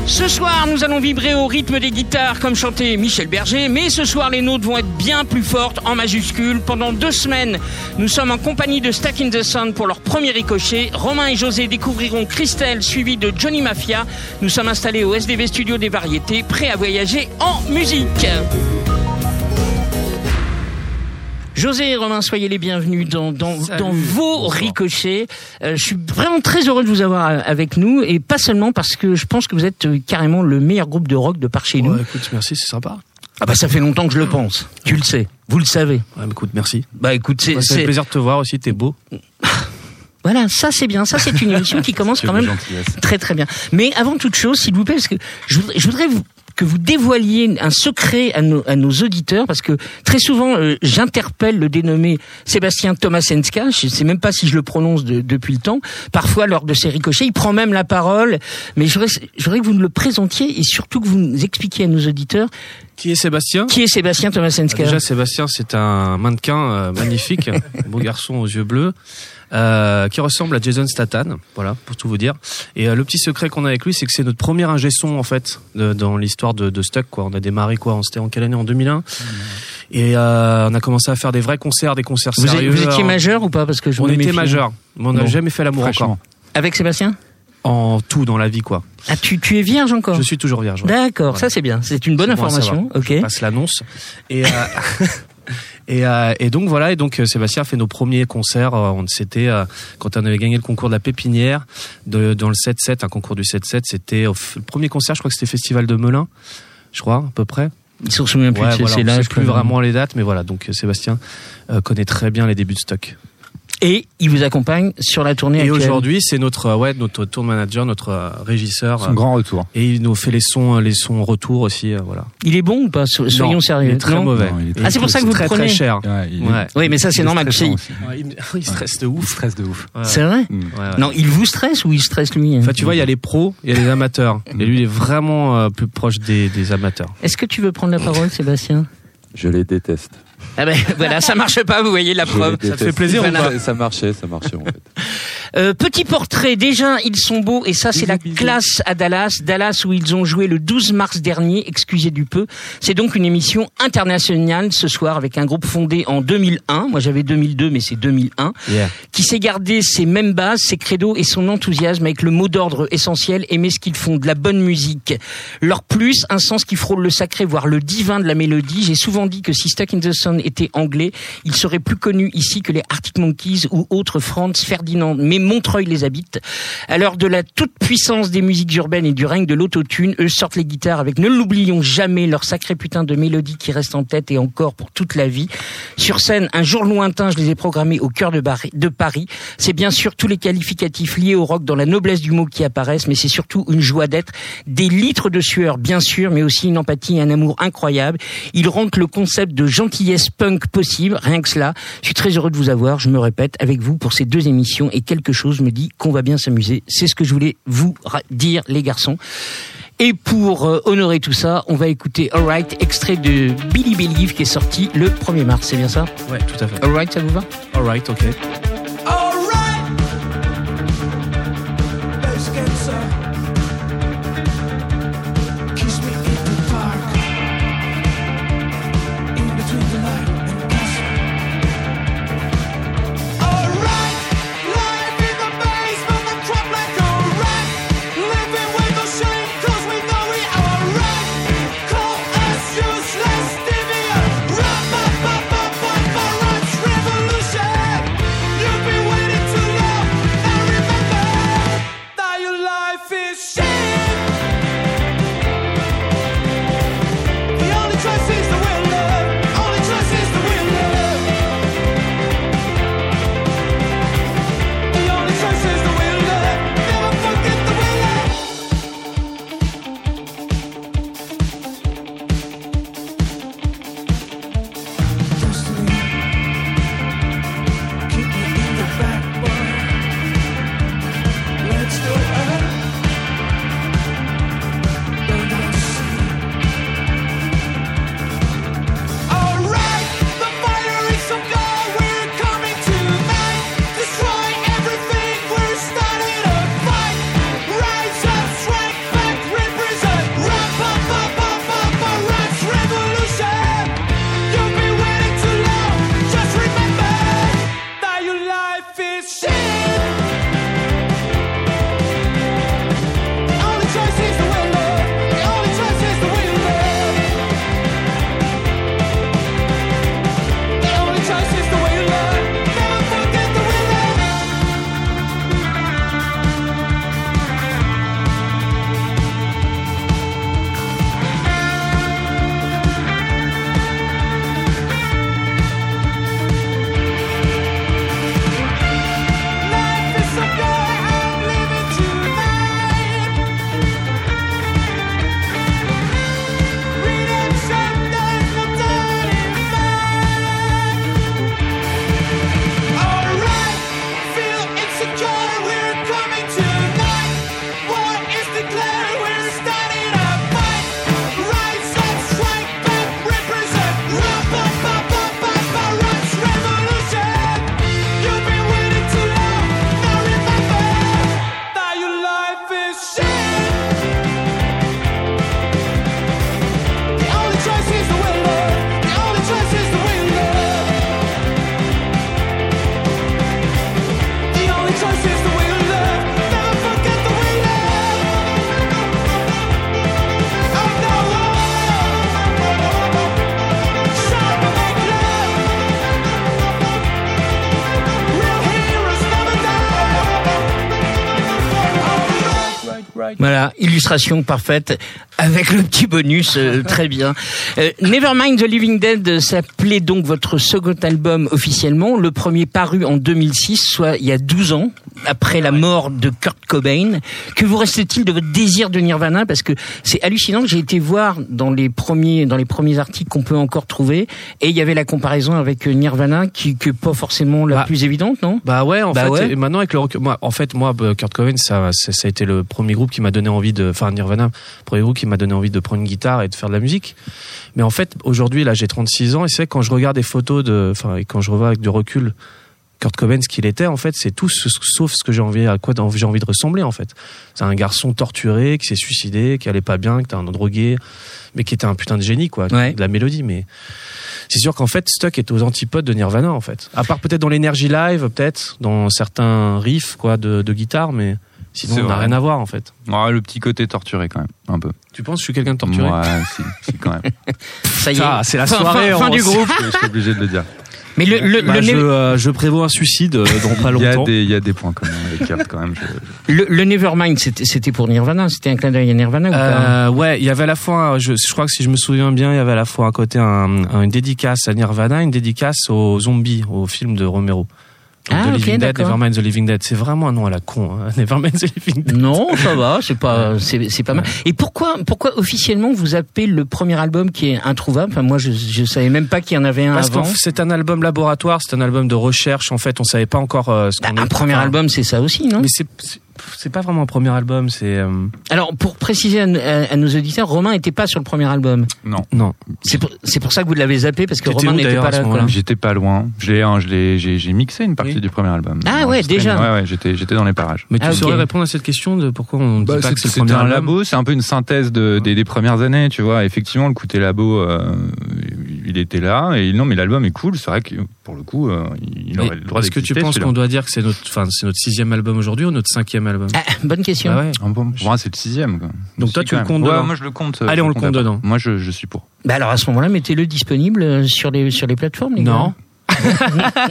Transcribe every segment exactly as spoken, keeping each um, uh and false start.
Ce soir, nous allons vibrer au rythme des guitares comme chantait Michel Berger, mais ce soir, les notes vont être bien plus fortes en majuscule. Pendant deux semaines, nous sommes en compagnie de Stuck in the Sun pour leur premier ricochet. Romain et José découvriront Christelle, suivi de Johnny Mafia. Nous sommes installés au S D V Studio des Variétés, prêts à voyager en musique. José et Romain, soyez les bienvenus dans, dans, dans vos bonsoir. ricochets. Euh, je suis vraiment très heureux de vous avoir avec nous, et pas seulement parce que je pense que vous êtes carrément le meilleur groupe de rock de par chez nous. Ouais, écoute, merci, c'est sympa. Ah bah ça fait longtemps que je le pense. Tu le sais, vous le savez. Ouais, mais écoute, merci. Bah écoute, c'est, ouais, ça c'est... fait plaisir de te voir aussi, t'es beau. Voilà, ça c'est bien, ça c'est une émission qui commence quand même gentillesse. Très très bien. Mais avant toute chose, s'il vous plaît, parce que je voudrais, je voudrais vous que vous dévoiliez un secret à nos, à nos auditeurs, parce que très souvent, euh, j'interpelle le dénommé Sébastien Tomasenska, je sais même pas si je le prononce de, depuis le temps, parfois lors de ses ricochets, il prend même la parole, mais je voudrais, je voudrais que vous nous le présentiez et surtout que vous nous expliquiez à nos auditeurs qui est Sébastien. Qui est Sébastien Tomasenska. Déjà, Sébastien, c'est un mannequin euh, magnifique, un beau garçon aux yeux bleus. Euh, qui ressemble à Jason Statham, voilà, pour tout vous dire. Et euh, le petit secret qu'on a avec lui, c'est que c'est notre premier ingé son en fait de, dans l'histoire de, de Stuck, quoi. On a démarré quoi, on c'était en quelle année? En deux mille un. Mmh. Et euh, on a commencé à faire des vrais concerts, des concerts vous sérieux. Êtes, vous étiez alors, majeur ou pas? Parce que je on était majeur, mais on n'a bon, jamais fait l'amour encore. Avec Sébastien? En tout dans la vie, quoi. Ah, tu, tu es vierge encore? Je suis toujours vierge. Ouais. D'accord, ouais. Ça c'est bien, c'est une bonne c'est information. Bon, ok. Je passe l'annonce. Et euh, Et, euh, et donc voilà, et donc Sébastien a fait nos premiers concerts. On c'était euh, quand on avait gagné le concours de la Pépinière de, dans le sept sept, un concours du sept sept. C'était le premier concert, je crois que c'était Festival de Melun, je crois à peu près. Ils se souviennent plus ouais, de voilà, ces là. Je sais plus vraiment les dates, mais voilà. Donc Sébastien euh, connaît très bien les débuts de Stuck. Et il vous accompagne sur la tournée et actuelle. Et aujourd'hui, c'est notre ouais notre tour manager, notre euh, régisseur. Son euh, grand retour. Et il nous fait les sons, les sons retour aussi, euh, voilà. Il est bon ou pas? Soyons non, sérieux. Il est très non mauvais. Non, ah, c'est pour ça que vous très, le prenez. Très cher. Ouais, il est, ouais. Oui, mais ça c'est normal. Il, ouais, il, il stresse de ouf. Il stresse de ouf. Ouais. C'est vrai. Mmh. Ouais, ouais. Non, il vous stresse ou il stresse lui? Enfin, tu vois, il y a les pros, il y a les amateurs. Et lui, il est vraiment euh, plus proche des, des amateurs. Est-ce que tu veux prendre la parole, Sébastien? Je les déteste. Ah ben voilà, ça marche pas, vous voyez la preuve. Ça te fait plaisir ou pas? Ça, ça marchait, ça marchait en fait. Euh, petit portrait, déjà ils sont beaux et ça c'est bisous, la bisous. Classe à Dallas, Dallas où ils ont joué le douze mars dernier, excusez du peu. C'est donc une émission internationale ce soir avec un groupe fondé en deux mille un, moi j'avais deux mille deux mais c'est deux mille un, yeah. Qui s'est gardé ses mêmes bases, ses credos et son enthousiasme avec le mot d'ordre essentiel, aimer ce qu'ils font, de la bonne musique. Leur plus, un sens qui frôle le sacré voire le divin de la mélodie. J'ai souvent dit que si Stuck in the Sun était anglais, il serait plus connu ici que les Arctic Monkeys ou autres Franz Ferdinand, mais Montreuil les habite. À l'heure de la toute-puissance des musiques urbaines et du règne de l'autotune, eux sortent les guitares avec, ne l'oublions jamais, leur sacré putain de mélodie qui reste en tête et encore pour toute la vie. Sur scène, un jour lointain, je les ai programmés au cœur de, Bar- de Paris. C'est bien sûr tous les qualificatifs liés au rock dans la noblesse du mot qui apparaissent, mais c'est surtout une joie d'être, des litres de sueur bien sûr, mais aussi une empathie et un amour incroyable. Ils rendent le concept de gentillesse punk possible, rien que cela. Je suis très heureux de vous avoir, je me répète, avec vous pour ces deux émissions et quelque chose me dit qu'on va bien s'amuser. C'est ce que je voulais vous ra- dire, les garçons. Et pour euh, honorer tout ça, on va écouter Alright, extrait de Billy Believe qui est sorti le premier mars, c'est bien ça? Ouais, tout à fait. Alright, ça vous va? Alright, ok. Revolution! Voilà, illustration parfaite avec le petit bonus, euh, très bien. Euh, Nevermind the Living Dead s'appelait donc votre second album officiellement, le premier paru en deux mille six, soit il y a douze ans, après la mort de Kurt Cobain. Que vous reste-t-il de votre désir de Nirvana? Parce que c'est hallucinant que j'ai été voir dans les premiers, dans les premiers articles qu'on peut encore trouver, et il y avait la comparaison avec Nirvana qui qui est pas forcément la bah, plus évidente, non? Bah ouais, en bah fait, ouais. Et maintenant avec le recul, moi, en fait, moi, Kurt Cobain, ça, ça, ça a été le premier groupe qui m'a donné envie de, enfin Nirvana, le premier groupe qui m'a donné envie de prendre une guitare et de faire de la musique. Mais en fait, aujourd'hui, là, j'ai trente-six ans, et c'est vrai que quand je regarde des photos de, enfin, et quand je revois avec du recul Kurt Cobain, ce qu'il était, en fait, c'est tout ce, sauf ce que j'ai envie, à quoi j'ai envie de ressembler, en fait. C'est un garçon torturé, qui s'est suicidé, qui allait pas bien, qui était un drogué, mais qui était un putain de génie, quoi, ouais. de la mélodie, mais c'est sûr qu'en fait, Stuck est aux antipodes de Nirvana, en fait. À part peut-être dans l'énergie live, peut-être, dans certains riffs, quoi, de, de guitare, mais sinon, c'est on n'a vrai. rien à voir, en fait. Ouais, le petit côté torturé, quand même, un peu. Tu penses que je suis quelqu'un de torturé? Ouais, si, si, quand même. Ça y est. Ah, c'est la Fin- soirée, fin, fin on- du groupe. Je suis obligé de le dire. Mais le, le, Bah, le, je, Ne- euh, je prévois un suicide euh, dans pas Il y a longtemps. des, il y a des points communs avec Kurt, quand même. Je- le, le Nevermind, c'était, c'était pour Nirvana, c'était un clin d'œil à Nirvana ou pas? Euh, ouais, il y avait à la fois, je, je crois que si je me souviens bien, il y avait à la fois à côté un, un, une dédicace à Nirvana, une dédicace aux zombies, au film de Romero. Donc, Ah, The ok, Living Dead, d'accord. Nevermind the Living Dead. C'est vraiment un nom à la con, hein. Nevermind the Living Dead. Non, ça va, c'est pas, c'est, c'est pas mal. Et pourquoi, pourquoi officiellement vous appelez le premier album qui est introuvable? Enfin, moi, je, je savais même pas qu'il y en avait un Parce avant. que c'est un album laboratoire, c'est un album de recherche. En fait, on savait pas encore euh, ce Bah, qu'on un est- premier enfin, album, c'est ça aussi, non? Mais c'est, c'est c'est pas vraiment un premier album, c'est euh, Alors, pour préciser à, à- à nos auditeurs, Romain était pas sur le premier album. Non. non. C'est pour, c'est pour ça que vous l'avez zappé, parce que T'étais Romain où, n'était d'ailleurs, pas à ce là, quoi. moment-là J'étais pas loin. Je l'ai, hein, je l'ai, j'ai, j'ai mixé une partie Oui. du premier album. Ah ouais, Enregistré. déjà. Ouais, ouais, j'étais, j'étais dans les parages. Mais tu Ah, ok. saurais répondre à cette question de pourquoi on dit Bah, pas que c'est le c'est premier un album? labo, c'est un peu une synthèse de, des, des premières années, tu vois. Effectivement, le côté labo, euh, il était là. Et non, mais l'album est cool. C'est vrai que pour le coup, euh, il aurait Mais le droit Est-ce que tu d'exister, penses celui-là. qu'on doit dire que c'est notre, enfin, c'est notre sixième album aujourd'hui ou notre cinquième album? Ah, bonne question. Bah ouais. Ah bon, pour moi, c'est le sixième. Quoi. Donc Si, toi, tu quand le même. comptes Ouais, dedans. moi, je le compte. Allez, je on le compte compte à part. dedans. Moi, je, je suis pour. Bah alors à ce moment-là, mettez-le disponible sur les sur les plateformes, les Non. gars.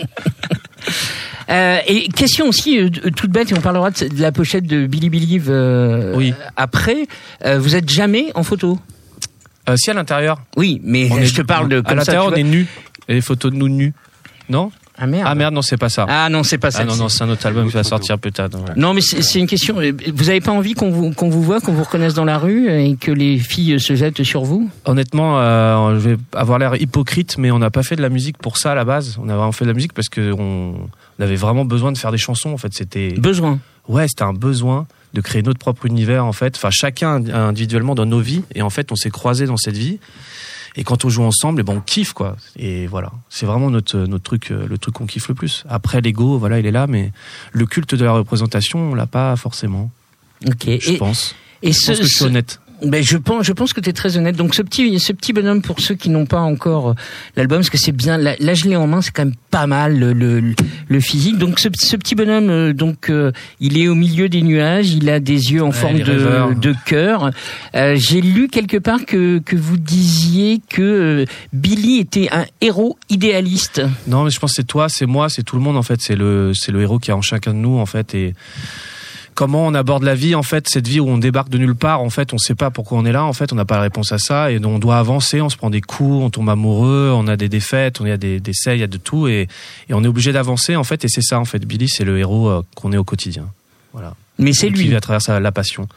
Euh, et question aussi euh, toute bête, et on parlera de, de la pochette de Billy Believe euh, Oui. après. Euh, vous êtes jamais en photo? Euh, si à l'intérieur. Oui, mais On je est- te parle de à comme ça. l'intérieur, tu on est vois. nus. Et les photos de nous nus. Non? Ah merde. Ah merde, non, c'est pas ça. Ah non, c'est pas ça. Ah non, non, c'est un autre album qui va sortir peut-être. Ouais. Non, mais c'est c'est une question. Vous avez pas envie qu'on vous qu'on vous voit, qu'on vous reconnaisse dans la rue et que les filles se jettent sur vous? Honnêtement, euh, je vais avoir l'air hypocrite, mais on n'a pas fait de la musique pour ça à la base. On a vraiment fait de la musique parce que on, on avait vraiment besoin de faire des chansons. En fait, c'était Besoin. ouais, c'était un besoin de créer notre propre univers. En fait, enfin chacun individuellement dans nos vies. Et en fait, on s'est croisés dans cette vie. Et quand on joue ensemble, et ben on kiffe quoi. Et voilà, c'est vraiment notre notre truc, euh, le truc qu'on kiffe le plus. Après l'ego, voilà, il est là, mais le culte de la représentation, on l'a pas forcément. Ok. Je et pense. et Je ce, pense que je suis ce- honnête. Ben je pense, je pense que tu es très honnête. Donc ce petit, ce petit bonhomme, pour ceux qui n'ont pas encore euh, l'album, parce que c'est bien, là, là, je l'ai en main, c'est quand même pas mal le, le, le physique. Donc ce, ce petit bonhomme, euh, donc euh, il est au milieu des nuages, il a des yeux en Ouais, forme les de, rêveurs. de cœur. Euh, j'ai lu quelque part que que vous disiez que euh, Billy était un héros idéaliste. Non, mais je pense que c'est toi, c'est moi, c'est tout le monde en fait. C'est le c'est le héros qui est en chacun de nous en fait. Et comment on aborde la vie en fait, cette vie où on débarque de nulle part en fait, on sait pas pourquoi on est là en fait, on n'a pas la réponse à ça et donc on doit avancer, on se prend des coups, on tombe amoureux, on a des défaites, on a des des essais, il y a de tout et et on est obligé d'avancer en fait et c'est ça en fait. Billy, c'est le héros euh, qu'on est au quotidien. Voilà. Mais c'est Et qui lui. vit à travers sa, la passion.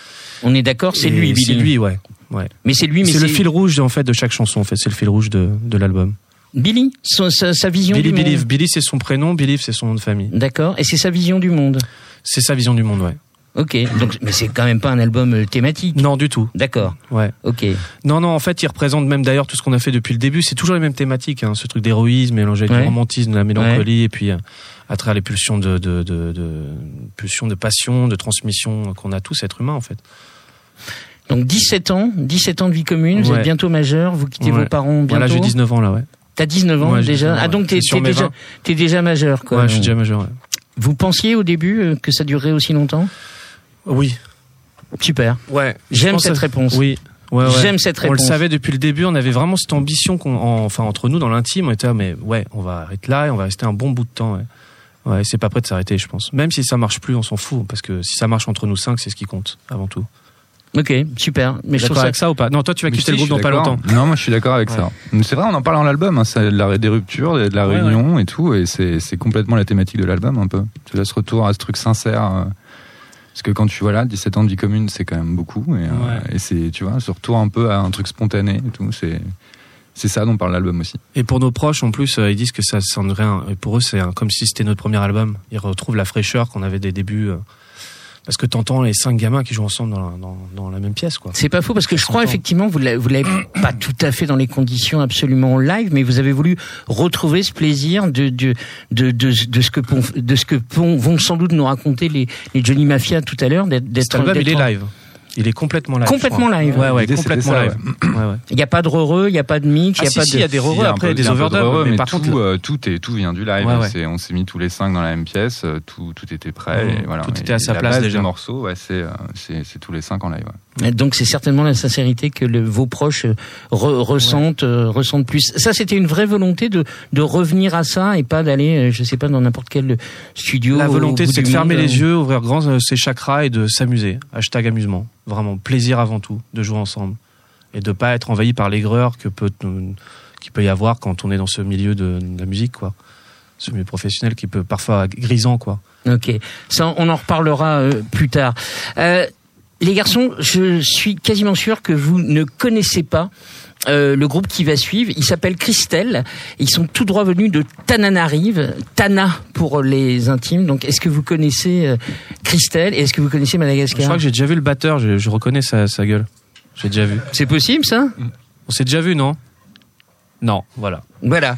On est d'accord, c'est Et lui, Billy. C'est lui, ouais. Ouais. Mais c'est lui, mais C'est le fil rouge en fait de chaque chanson en fait, c'est le fil rouge de de l'album. Billy, sa, sa, sa vision Billy du monde. Believe, Billy c'est son prénom, Believe c'est son nom de famille. D'accord. Et c'est sa vision du monde. C'est sa vision du monde, ouais. Ok. Donc, mais c'est quand même pas un album euh, thématique. Non, du tout. D'accord. Ouais. Ok. Non, non, en fait, il représente même d'ailleurs tout ce qu'on a fait depuis le début. C'est toujours les mêmes thématiques, hein, ce truc d'héroïsme mélangé avec Ouais. du romantisme, de la mélancolie, et puis euh, à travers les pulsions de, de, de, de, pulsions de passion, de transmission qu'on a tous, êtres humains, en fait. Donc dix-sept ans, dix-sept ans de vie commune, vous Ouais. êtes bientôt majeur, vous quittez Ouais. vos parents bientôt. Voilà, j'ai dix-neuf ans là, ouais. T'as dix-neuf ans Ouais, j'ai déjà. dix-neuf ans, Ah donc ouais. t'es, C'est sur t'es mes déjà, vingt. t'es déjà majeur quoi. Ouais, je suis déjà majeur, ouais. Vous pensiez au début euh, que ça durerait aussi longtemps? Oui. Super. Ouais. J'aime Je pense cette que- réponse. Oui. Ouais, ouais. J'aime cette On réponse. le savait depuis le début, on avait vraiment cette ambition qu'on, en- enfin, entre nous, dans l'intime, on était, ah, mais ouais, on va être là et on va rester un bon bout de temps, ouais. Ouais, c'est pas prêt de s'arrêter, je pense. Même si ça marche plus, on s'en fout, parce que si ça marche entre nous cinq, c'est ce qui compte avant tout. Ok, super. Mais je d'accord trouve ça... avec ça ou pas? Non, toi tu vas Mais quitter si, le groupe je dans suis pas d'accord. longtemps. Non, moi je suis d'accord avec Ouais. ça. Mais c'est vrai, on en parle dans l'album, hein, c'est de la, des ruptures, de, de la Ouais, réunion et tout, et c'est, c'est complètement la thématique de l'album un peu. Tu as ce retour à ce truc sincère. Euh, parce que quand tu vois là, dix-sept ans de vie commune, c'est quand même beaucoup. Et, euh, Ouais. et c'est, tu vois, ce retour un peu à un truc spontané et tout, c'est, c'est ça dont parle l'album aussi. Et pour nos proches, en plus, euh, ils disent que ça sonnerait, un- et pour eux, c'est un- comme si c'était notre premier album. Ils retrouvent la fraîcheur qu'on avait des débuts. Euh, parce que t'entends les cinq gamins qui jouent ensemble dans la, dans, dans la même pièce, quoi. C'est pas faux parce que je Ça crois s'entend. effectivement vous l'avez, vous l'avez pas tout à fait dans les conditions absolument live, mais vous avez voulu retrouver ce plaisir de de de de, de ce que pon- de ce que pon- vont sans doute nous raconter les les Johnny Mafia tout à l'heure d'être d'être Cet album, il d'être- est live. Il est complètement live. Complètement je crois. live. Ouais, ouais, L'idée, c'était complètement ça, live. Ouais, ouais. Il y a pas de re, il y a pas de mix, il Ah, y a si, pas si, de il y a des Il y re-re, a un après peu- des il y a un peu de overdubs, re-re, mais mais par tout, contre, euh, tout, est, tout vient du live. Ouais, ouais. C'est, on s'est mis tous les cinq dans la même pièce, euh, tout, tout était prêt. Mmh. Et voilà. Tout Et était à sa la place base déjà. des morceaux, ouais, c'est, euh, c'est, c'est tous les cinq en live. Ouais. Donc c'est certainement la sincérité que le, vos proches euh, re- ressentent euh, ressentent plus. Ça c'était une vraie volonté de de revenir à ça et pas d'aller euh, je sais pas dans n'importe quel studio. La au volonté, bout c'est de du fermer monde. les yeux, ouvrir grand euh, ses chakras et de s'amuser. Hashtag amusement. Vraiment, plaisir avant tout, de jouer ensemble. Et de pas être envahi par l'aigreur que peut, euh, qu'il peut y avoir quand on est dans ce milieu de, de la musique, quoi. Ce milieu professionnel qui peut parfois être grisant, quoi. Ok, ça on en reparlera euh, plus tard. Euh, les garçons, je suis quasiment sûr que vous ne connaissez pas euh, le groupe qui va suivre. Il s'appelle Christelle. Ils sont tout droit venus de Tananarive, Tana pour les intimes. Donc est-ce que vous connaissez euh, Christelle et est-ce que vous connaissez Je Madagascar? crois que j'ai déjà vu le batteur, je, je reconnais sa, sa gueule. J'ai déjà vu. C'est possible ça? On s'est déjà vu, non? Non, voilà. Voilà.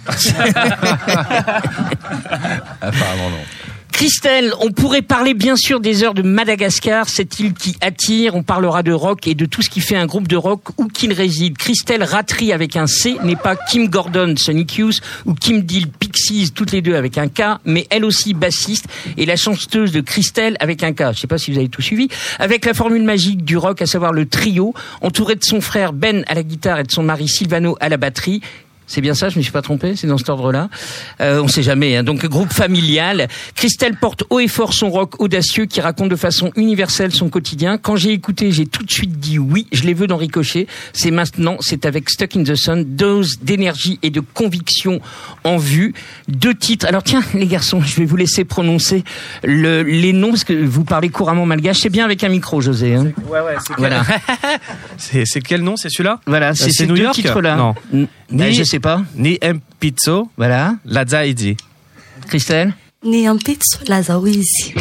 Apparemment, non. Christelle, on pourrait parler bien sûr des heures de Madagascar, cette île qui attire, on parlera de rock et de tout ce qui fait un groupe de rock où qu'il réside. Christelle Ratry avec un C n'est pas Kim Gordon, Sonic Youth ou Kim Deal, Pixies, toutes les deux avec un K, mais elle aussi bassiste et la chanteuse de Christelle avec un K. Je sais pas si vous avez tout suivi. Avec la formule magique du rock, à savoir le trio, entouré de son frère Ben à la guitare et de son mari Silvano à la batterie. C'est bien ça, je me suis pas trompé, c'est dans cet ordre-là. Euh, on sait jamais, hein. Donc groupe familial. Christelle porte haut et fort son rock audacieux qui raconte de façon universelle son quotidien. Quand j'ai écouté, j'ai tout de suite dit oui, je les veux dans Ricochet. C'est maintenant, c'est avec Stuck in the Sun, dose d'énergie et de conviction en vue. Deux titres. Alors tiens, les garçons, je vais vous laisser prononcer le, les noms parce que vous parlez couramment malgache. C'est bien avec un micro, José. Hein. Ouais, ouais, c'est Voilà. c'est, c'est quel nom? C'est celui-là? Voilà, c'est c'est ces New deux York? titres-là. Non. N- Ni- Euh, je sais pas. Ni un pizzo, Voilà. la zaidi. Christelle. Ni un pizzo la zawizi.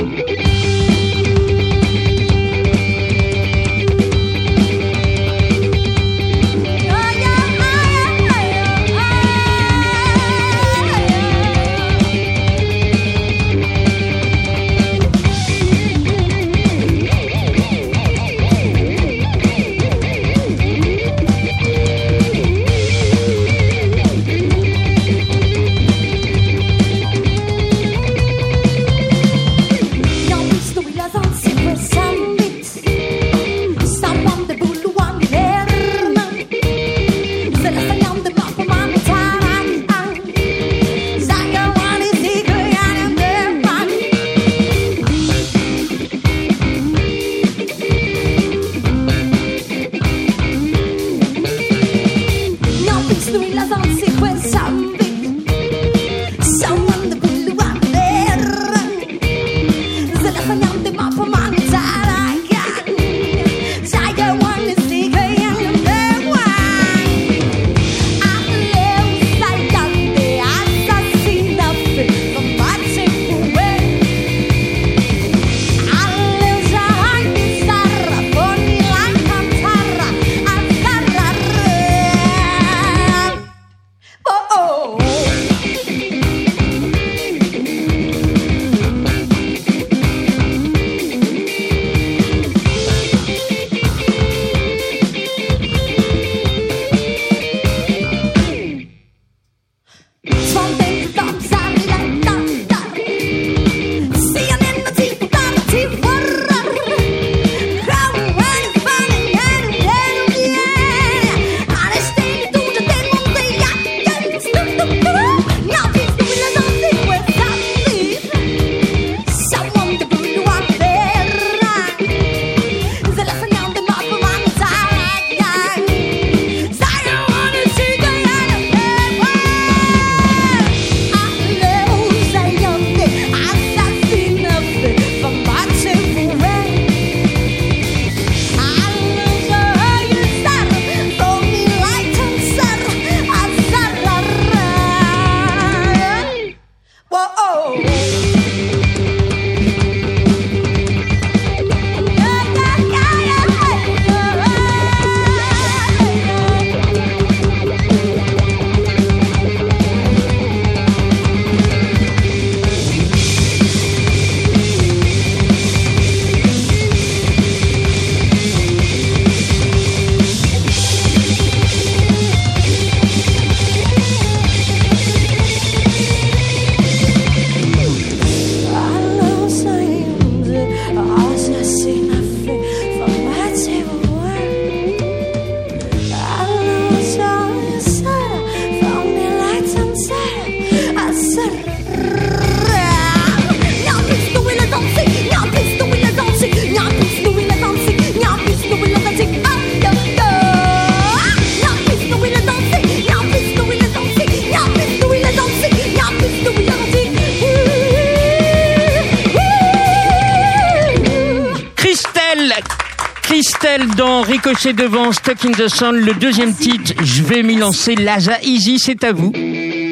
Christelle Christelle dans Ricochet devant Stuck in the Sun, le deuxième titre. Je vais m'y lancer. Laza Easy, c'est à vous.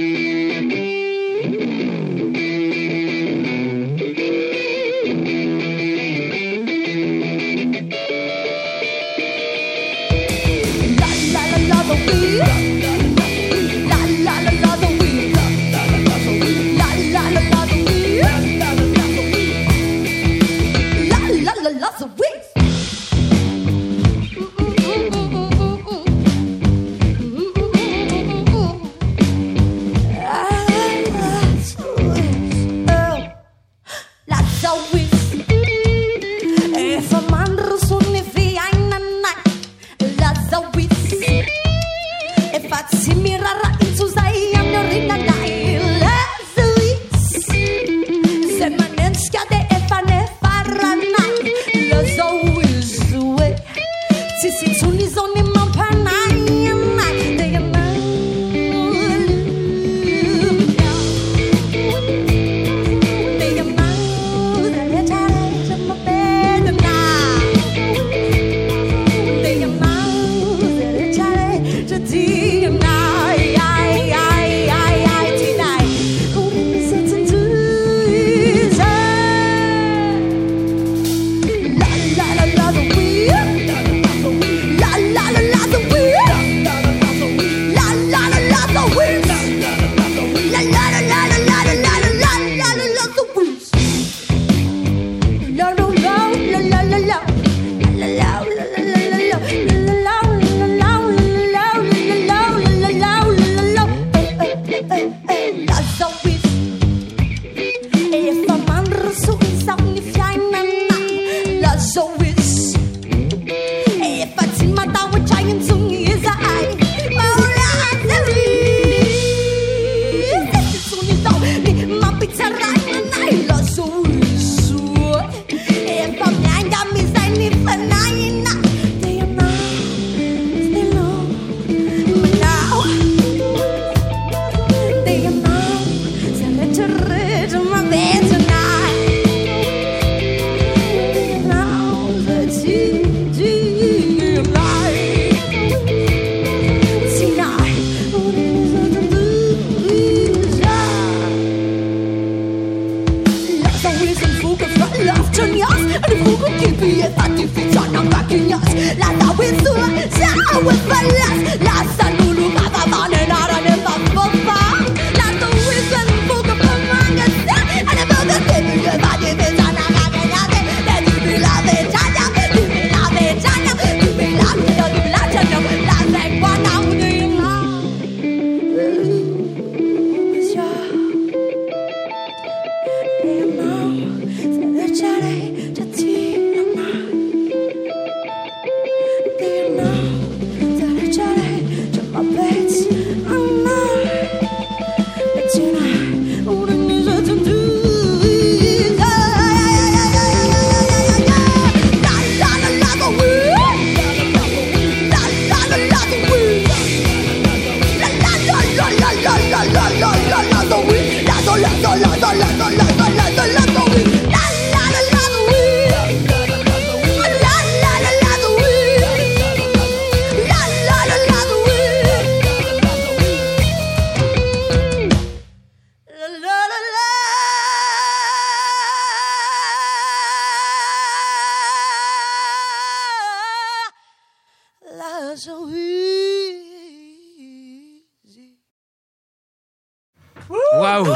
Waouh!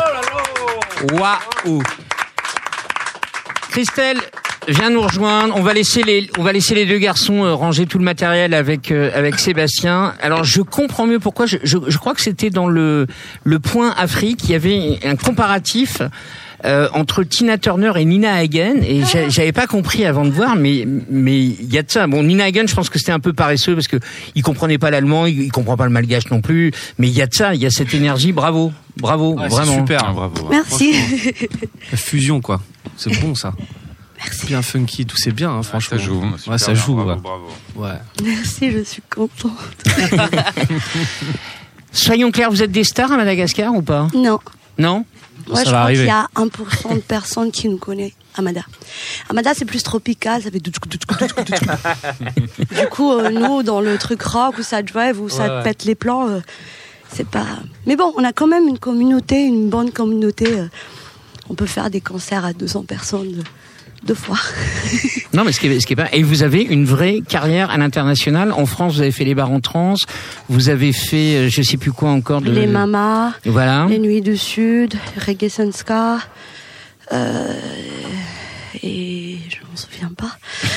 Waouh! Christelle vient nous rejoindre. On va laisser les, on va laisser les deux garçons euh, ranger tout le matériel avec euh, avec Sébastien. Alors je comprends mieux pourquoi. Je, je, je crois que c'était dans le le Point Afrique. Il y avait un comparatif euh, entre Tina Turner et Nina Hagen, et j'avais pas compris avant de voir, mais mais il y a de ça. Bon, Nina Hagen, je pense que c'était un peu paresseux parce que il comprenait pas l'allemand, il, il comprend pas le malgache non plus, mais il y a de ça, il y a cette énergie. Bravo, bravo, ouais, vraiment. C'est super, hein, bravo. Merci. La fusion, quoi. C'est bon, ça. Merci. Bien funky, tout c'est bien, hein, franchement. Ça joue. Ouais, ça joue. Bravo, ouais. bravo. Ouais. Merci, je suis contente. Soyons clairs, vous êtes des stars à Madagascar ou pas? Non. Non? Moi, ça je va crois arriver. qu'il y a un pour cent de personnes qui nous connaissent. Amada. Amada, c'est plus tropical, ça fait du coup, euh, nous, dans le truc rock où ça drive, où ça ouais. pète les plans, euh, c'est pas. Mais bon, on a quand même une communauté, une bonne communauté. Euh, on peut faire des concerts à deux cents personnes deux, deux fois. Non, mais ce qui est, ce qui est pas. Et vous avez une vraie carrière à l'international. En France, vous avez fait les bars en trans. Vous avez fait, euh, je sais plus quoi encore. De... Les Mamas. Voilà. Les Nuits du Sud, Reggae Sunska. Euh, et je m'en souviens pas.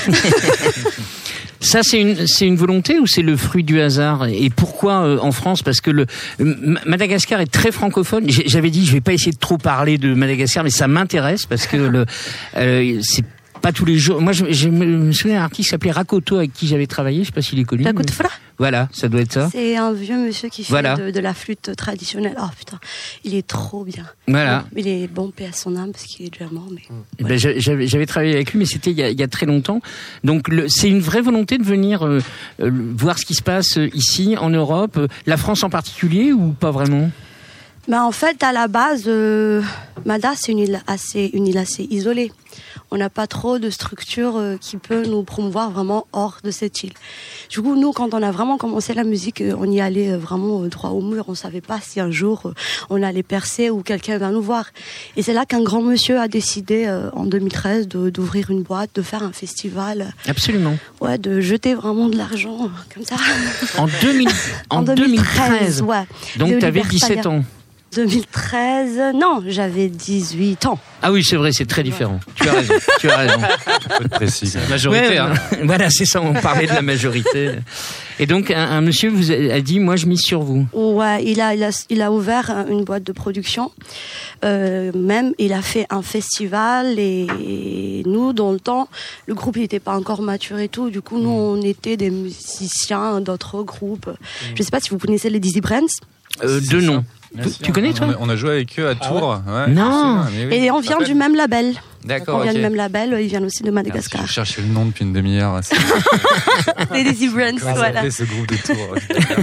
Ça, c'est une, c'est une volonté ou c'est le fruit du hasard? Et pourquoi euh, en France? Parce que le Madagascar est très francophone. J'avais dit, je vais pas essayer de trop parler de Madagascar, mais ça m'intéresse parce que le, euh, c'est pas tous les jours. Moi, je, je me souviens d'un artiste qui s'appelait Rakoto avec qui j'avais travaillé. Je sais pas s'il est connu. Rakoto mais... Voilà, ça doit être ça. C'est un vieux monsieur qui fait voilà. de, de la flûte traditionnelle. Oh putain, il est trop bien. Voilà. Bon, il est bon, paix à son âme, parce qu'il est déjà mort. Mais mmh. ben, j'avais, j'avais travaillé avec lui, mais c'était il y a, il y a très longtemps. Donc le, c'est une vraie volonté de venir euh, euh, voir ce qui se passe ici, en Europe, la France en particulier, ou pas vraiment? Ben, en fait, à la base, euh, Mada, c'est une île assez, une île assez isolée. On n'a pas trop de structure euh, qui peut nous promouvoir vraiment hors de cette île. Du coup, nous, quand on a vraiment commencé la musique, euh, on y allait euh, vraiment euh, droit au mur. On ne savait pas si un jour euh, on allait percer ou quelqu'un va nous voir. Et c'est là qu'un grand monsieur a décidé, euh, en deux mille treize, de, d'ouvrir une boîte, de faire un festival. Absolument. Ouais, de jeter vraiment de l'argent, euh, comme ça. En, deux mille, en, en deux mille treize, ouais. Donc, tu avais dix-sept ans. deux mille treize, non, j'avais dix-huit ans. Ah oui, c'est vrai, c'est très différent. Tu as raison, tu as raison. Un peu précis. La majorité, ouais, hein. Voilà, c'est ça, on parlait de la majorité. Et donc, un, un monsieur vous a, a dit, moi, je mise sur vous. Ouais, il a, il a, il a ouvert une boîte de production. Euh, même, il a fait un festival et nous, dans le temps, le groupe n'était pas encore mature et tout. Du coup, nous, on était des musiciens d'autres groupes. Je sais pas si vous connaissez les Dizzy Brands. Euh, deux noms. Tu, tu connais, toi? on a, on a joué avec eux à Tours. Ah ouais ouais, non. Oui. Et on vient du même label. D'accord. On vient okay. du même label. Ils viennent aussi de Madagascar. Merci, je cherchais le nom depuis une demi-heure. Les Dizzy Brands, Comment voilà. ça ce groupe de Tours?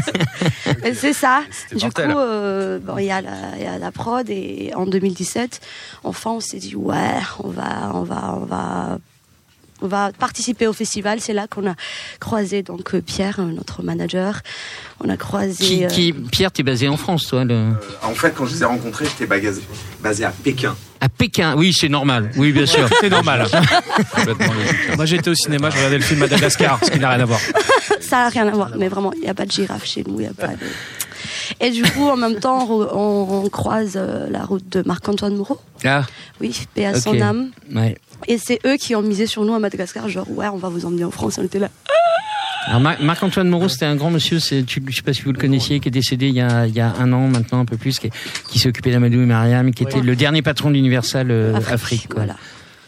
Et c'est ça. C'était Du mortel. coup, euh, bon, il y a la, il y a la prod et en deux mille dix-sept, enfin, on s'est dit ouais, on va, on va, on va. On va participer au festival. C'est là qu'on a croisé donc Pierre, notre manager. On a croisé. Qui, euh... qui, Pierre, t'es basé en France, toi le... euh, En fait, quand je les ai rencontrés, j'étais basé, basé à Pékin. À Pékin, oui, c'est normal. Oui, bien sûr. C'est normal. Complètement logique. Moi, j'étais au cinéma, je regardais le film Madagascar, ce qui n'a rien à voir. Ça n'a rien à voir. Mais vraiment, il n'y a pas de girafe chez nous. Il y a pas de... Et du coup, en même temps, on, on croise la route de Marc-Antoine Moreau. Ah. Oui, paix à Okay. son âme. Ouais. Et c'est eux qui ont misé sur nous à Madagascar, genre ouais, on va vous emmener en France. On était là. Alors Marc-Antoine Moreau, c'était un grand monsieur, c'est, tu, je sais pas si vous le connaissiez, qui est décédé il y a, il y a un an maintenant, un peu plus, qui, qui s'est occupé d'Amadou et Mariam, qui était Ouais. le dernier patron d'Universal euh, Afrique. Afrique quoi. Voilà.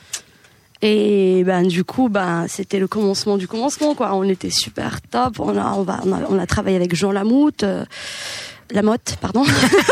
Et ben du coup, ben c'était le commencement du commencement, quoi. On était super top. On a, on va, on a, on a travaillé avec Jean Lamotte. Euh, Lamotte, pardon.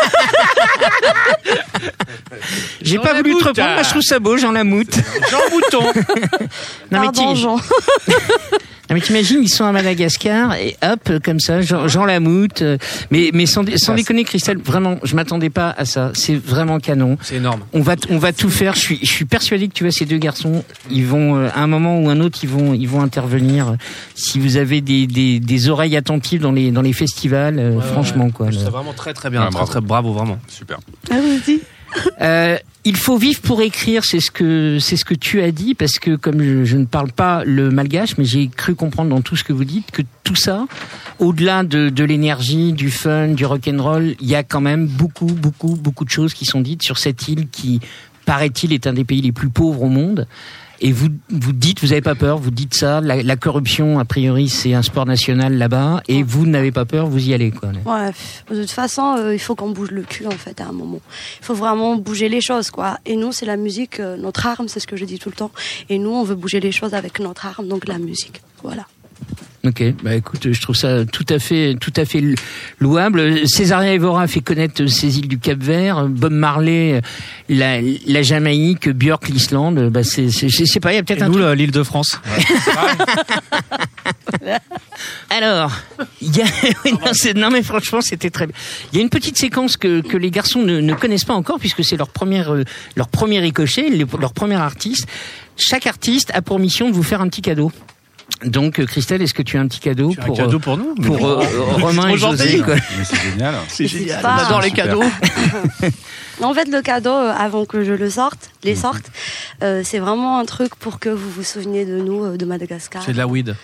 J'ai Jean pas voulu te Lamotte. répondre, moi je trouve ça beau, Jean Lamoute. Jean Mouton. Non, mais Pardon, t'im- Jean. non mais t'imagines, ils sont à Madagascar et hop, comme ça, Jean, Jean Lamoute. euh, Mais, mais sans, dé- sans déconner, Christelle, vraiment, je m'attendais pas à ça. C'est vraiment canon. C'est énorme. On va, t- on va tout faire. Je suis, je suis persuadé que tu vois ces deux garçons, ils vont euh, à un moment ou un autre, ils vont, ils vont intervenir. Si vous avez des, des, des oreilles attentives dans les, dans les festivals, euh, Ouais, franchement ouais. quoi. C'est le- vraiment très très bien. Ouais, très, bravo. très bravo, vraiment. Super. Ah, vas-y. Euh, il faut vivre pour écrire, c'est ce que c'est ce que tu as dit, parce que comme je, je ne parle pas le malgache, mais j'ai cru comprendre dans tout ce que vous dites que tout ça, au-delà de, de l'énergie, du fun, du rock'n'roll, il y a quand même beaucoup, beaucoup, beaucoup de choses qui sont dites sur cette île qui, paraît-il, est un des pays les plus pauvres au monde. Et vous, vous dites, vous n'avez pas peur, vous dites ça, la, la corruption, a priori, c'est un sport national là-bas, et vous n'avez pas peur, vous y allez, quoi. Ouais, de toute façon, euh, il faut qu'on bouge le cul, en fait, à un moment. Il faut vraiment bouger les choses, quoi. Et nous, c'est la musique, euh, notre arme, c'est ce que je dis tout le temps. Et nous, on veut bouger les choses avec notre arme, donc la musique. Voilà. Ok, bah écoute, je trouve ça tout à fait, tout à fait louable. Césaria Evora fait connaître ces îles du Cap-Vert, Bob Marley, la, la Jamaïque, Björk, l'Islande. Bah c'est, c'est, je sais pas, il y a peut-être Et un nous, truc. là, l'île de France. Alors, il Il y a, oui, non, c'est, non, mais franchement, c'était très bien. Il y a une petite séquence que, que les garçons ne, ne connaissent pas encore, puisque c'est leur première, euh, leur premier ricochet, les, leur premier artiste. Chaque artiste a pour mission de vous faire un petit cadeau. Donc, euh, Christelle, est-ce que tu as un petit cadeau Tu as pour un cadeau euh, pour nous pour euh, Romain et José, quoi. Mais c'est génial. C'est génial. pas- On adore les Super. cadeaux. En fait, le cadeau, euh, avant que je le sorte, les sorte, euh, c'est vraiment un truc pour que vous vous souveniez de nous, euh, de Madagascar. C'est de la weed.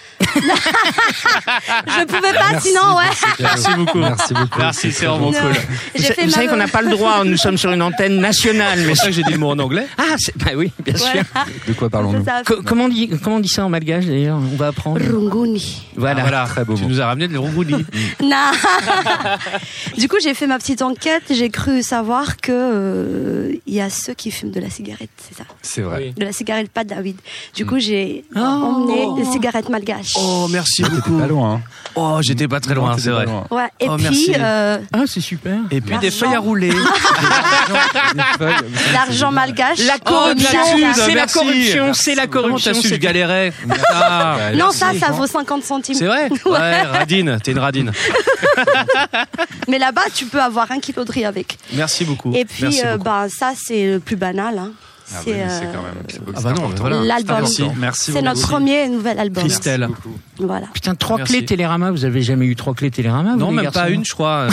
Je pouvais pas, sinon, ouais. Merci beaucoup. Merci beaucoup. Merci, c'est vraiment Non. cool. Vous, J'ai sa- fait vous ma- savez qu'on n'a pas le droit, nous sommes sur une antenne nationale, C'est mais pour ça que j'ai dit le mot en anglais. ah, c'est, bah oui, bien sûr. Voilà. De quoi parlons-nous? Ça, ça- Co- comment on dit, comment on dit ça en malgache d'ailleurs? On va apprendre. Runguni. Voilà. Ah, voilà. Très beau Tu mot. nous as ramené de rougouli. Non. Du coup, j'ai fait ma petite enquête. J'ai cru savoir que euh, il y a ceux qui fument de la cigarette, c'est ça, C'est vrai. de la cigarette, pas de la weed. Du coup, j'ai Oh. emmené des cigarettes malgaches. Oh, merci T'étais beaucoup. pas loin. Hein. Oh, j'étais pas très loin, T'étais c'est pas vrai. loin. Ouais. Et Oh, puis merci. euh, Ah, c'est super. Et puis des L'argent. feuilles à rouler. Des feuilles, vous savez, l'argent malgache. La Oh, corruption, Mathilde, c'est la merci. corruption, c'est la Comment corruption. t'as su, je c'est- galérais. Ah, Non, ça, ça vaut cinquante centimes. c'est vrai. Ouais, radine. T'es une radine. Mais là-bas, tu peux avoir un kilo de riz avec. Merci beaucoup. Et puis, Merci euh, beaucoup. bah, ça, c'est le plus banal. Hein. Ah C'est oui, mais c'est euh, quand même. c'est beau, Ah c'est bah non, important. voilà. l'album. Merci. Merci C'est notre beaucoup. premier nouvel album. Christelle. Voilà. Putain, trois Merci. clés Télérama. Vous avez jamais eu trois clés Télérama? vous, Non, les même garçons pas une, je crois.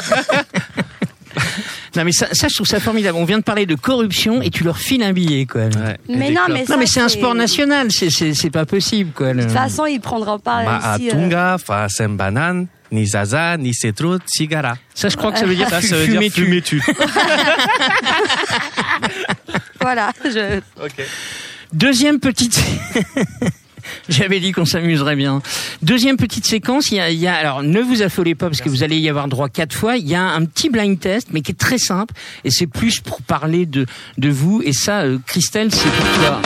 Non, mais ça, ça, je trouve ça formidable. On vient de parler de corruption et tu leur files un billet, quoi. Ouais. Mais Et des non, clopes. mais Non, ça, mais c'est un sport national. C'est, c'est, c'est pas possible, quoi. le- De toute façon, il prendra pas ici. euh, Maatunga, fa sembanan, ni zaza, ni cetrut, sigara. Ça, je crois que ça veut dire Ça, fu- ça veut dire fumer tu. fumer tu. Voilà. Je... Deuxième petite. J'avais dit qu'on s'amuserait bien. Deuxième petite séquence, il y a, il y a, alors ne vous affolez pas parce que vous allez y avoir droit quatre fois. Il y a un petit blind test, mais qui est très simple et c'est plus pour parler de de vous. Et ça, euh, Christelle, c'est pour toi.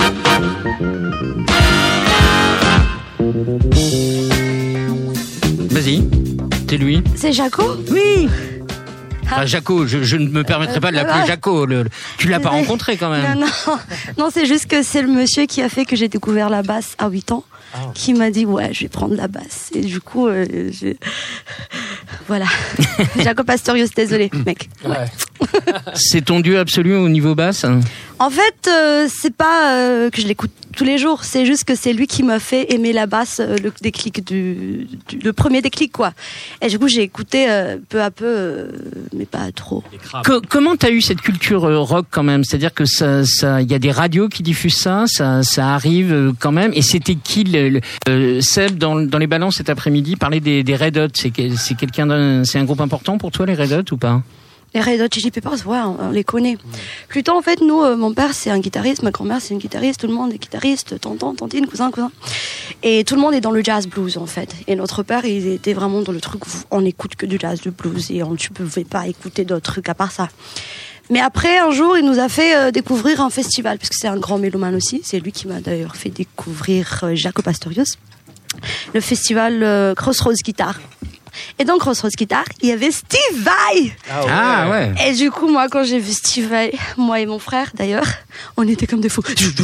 Vas-y, c'est lui. C'est Jaco. Oui. Enfin, Jaco, je, je ne me permettrai pas de l'appeler Jaco. Le, le- tu l'as pas rencontré quand même. Non, non, non, c'est juste que c'est le monsieur qui a fait que j'ai découvert la basse à huit ans, qui m'a dit ouais, je vais prendre la basse. Et du coup, euh, j'ai... voilà. Jaco Pastorius, désolé, mec. C'est ton dieu absolu au niveau basse. En fait, euh, c'est pas euh, que je l'écoute tous les jours, c'est juste que c'est lui qui m'a fait aimer la basse, euh, le déclic du, du- le premier déclic quoi. Et du coup, j'ai écouté euh, peu à peu, euh, mais pas trop. Co- comment t'as eu cette culture euh, rock quand même? C'est-à-dire que ça, ça, il y a des radios qui diffusent ça, ça, ça arrive euh, quand même. Et c'était qui le, le- euh, Seb dans, dans les balances cet après-midi parlait des, des Red Hot. C'est, que- c'est quelqu'un, d'un- c'est un groupe important pour toi les Red Hot ou pas? Les Red Hot Chili Peppers, ouais, on, on les connaît. Plutôt, en fait, nous, euh, mon père, c'est un guitariste, ma grand-mère, c'est une guitariste, tout le monde est guitariste, tonton, tantine, cousin, cousin. Et tout le monde est dans le jazz blues, en fait. Et notre père, il était vraiment dans le truc où on écoute que du jazz, du blues, et on ne pouvait pas écouter d'autres trucs à part ça. Mais après, un jour, il nous a fait euh, découvrir un festival, puisque c'est un grand mélomane aussi. C'est lui qui m'a d'ailleurs fait découvrir euh, Jaco Pastorius. Le festival euh, Crossroads Guitar. Et dans Crossroads Guitar, il y avait Steve Vai. Ah ouais. Et du coup, moi, quand j'ai vu Steve Vai, moi et mon frère, d'ailleurs, on était comme des fous.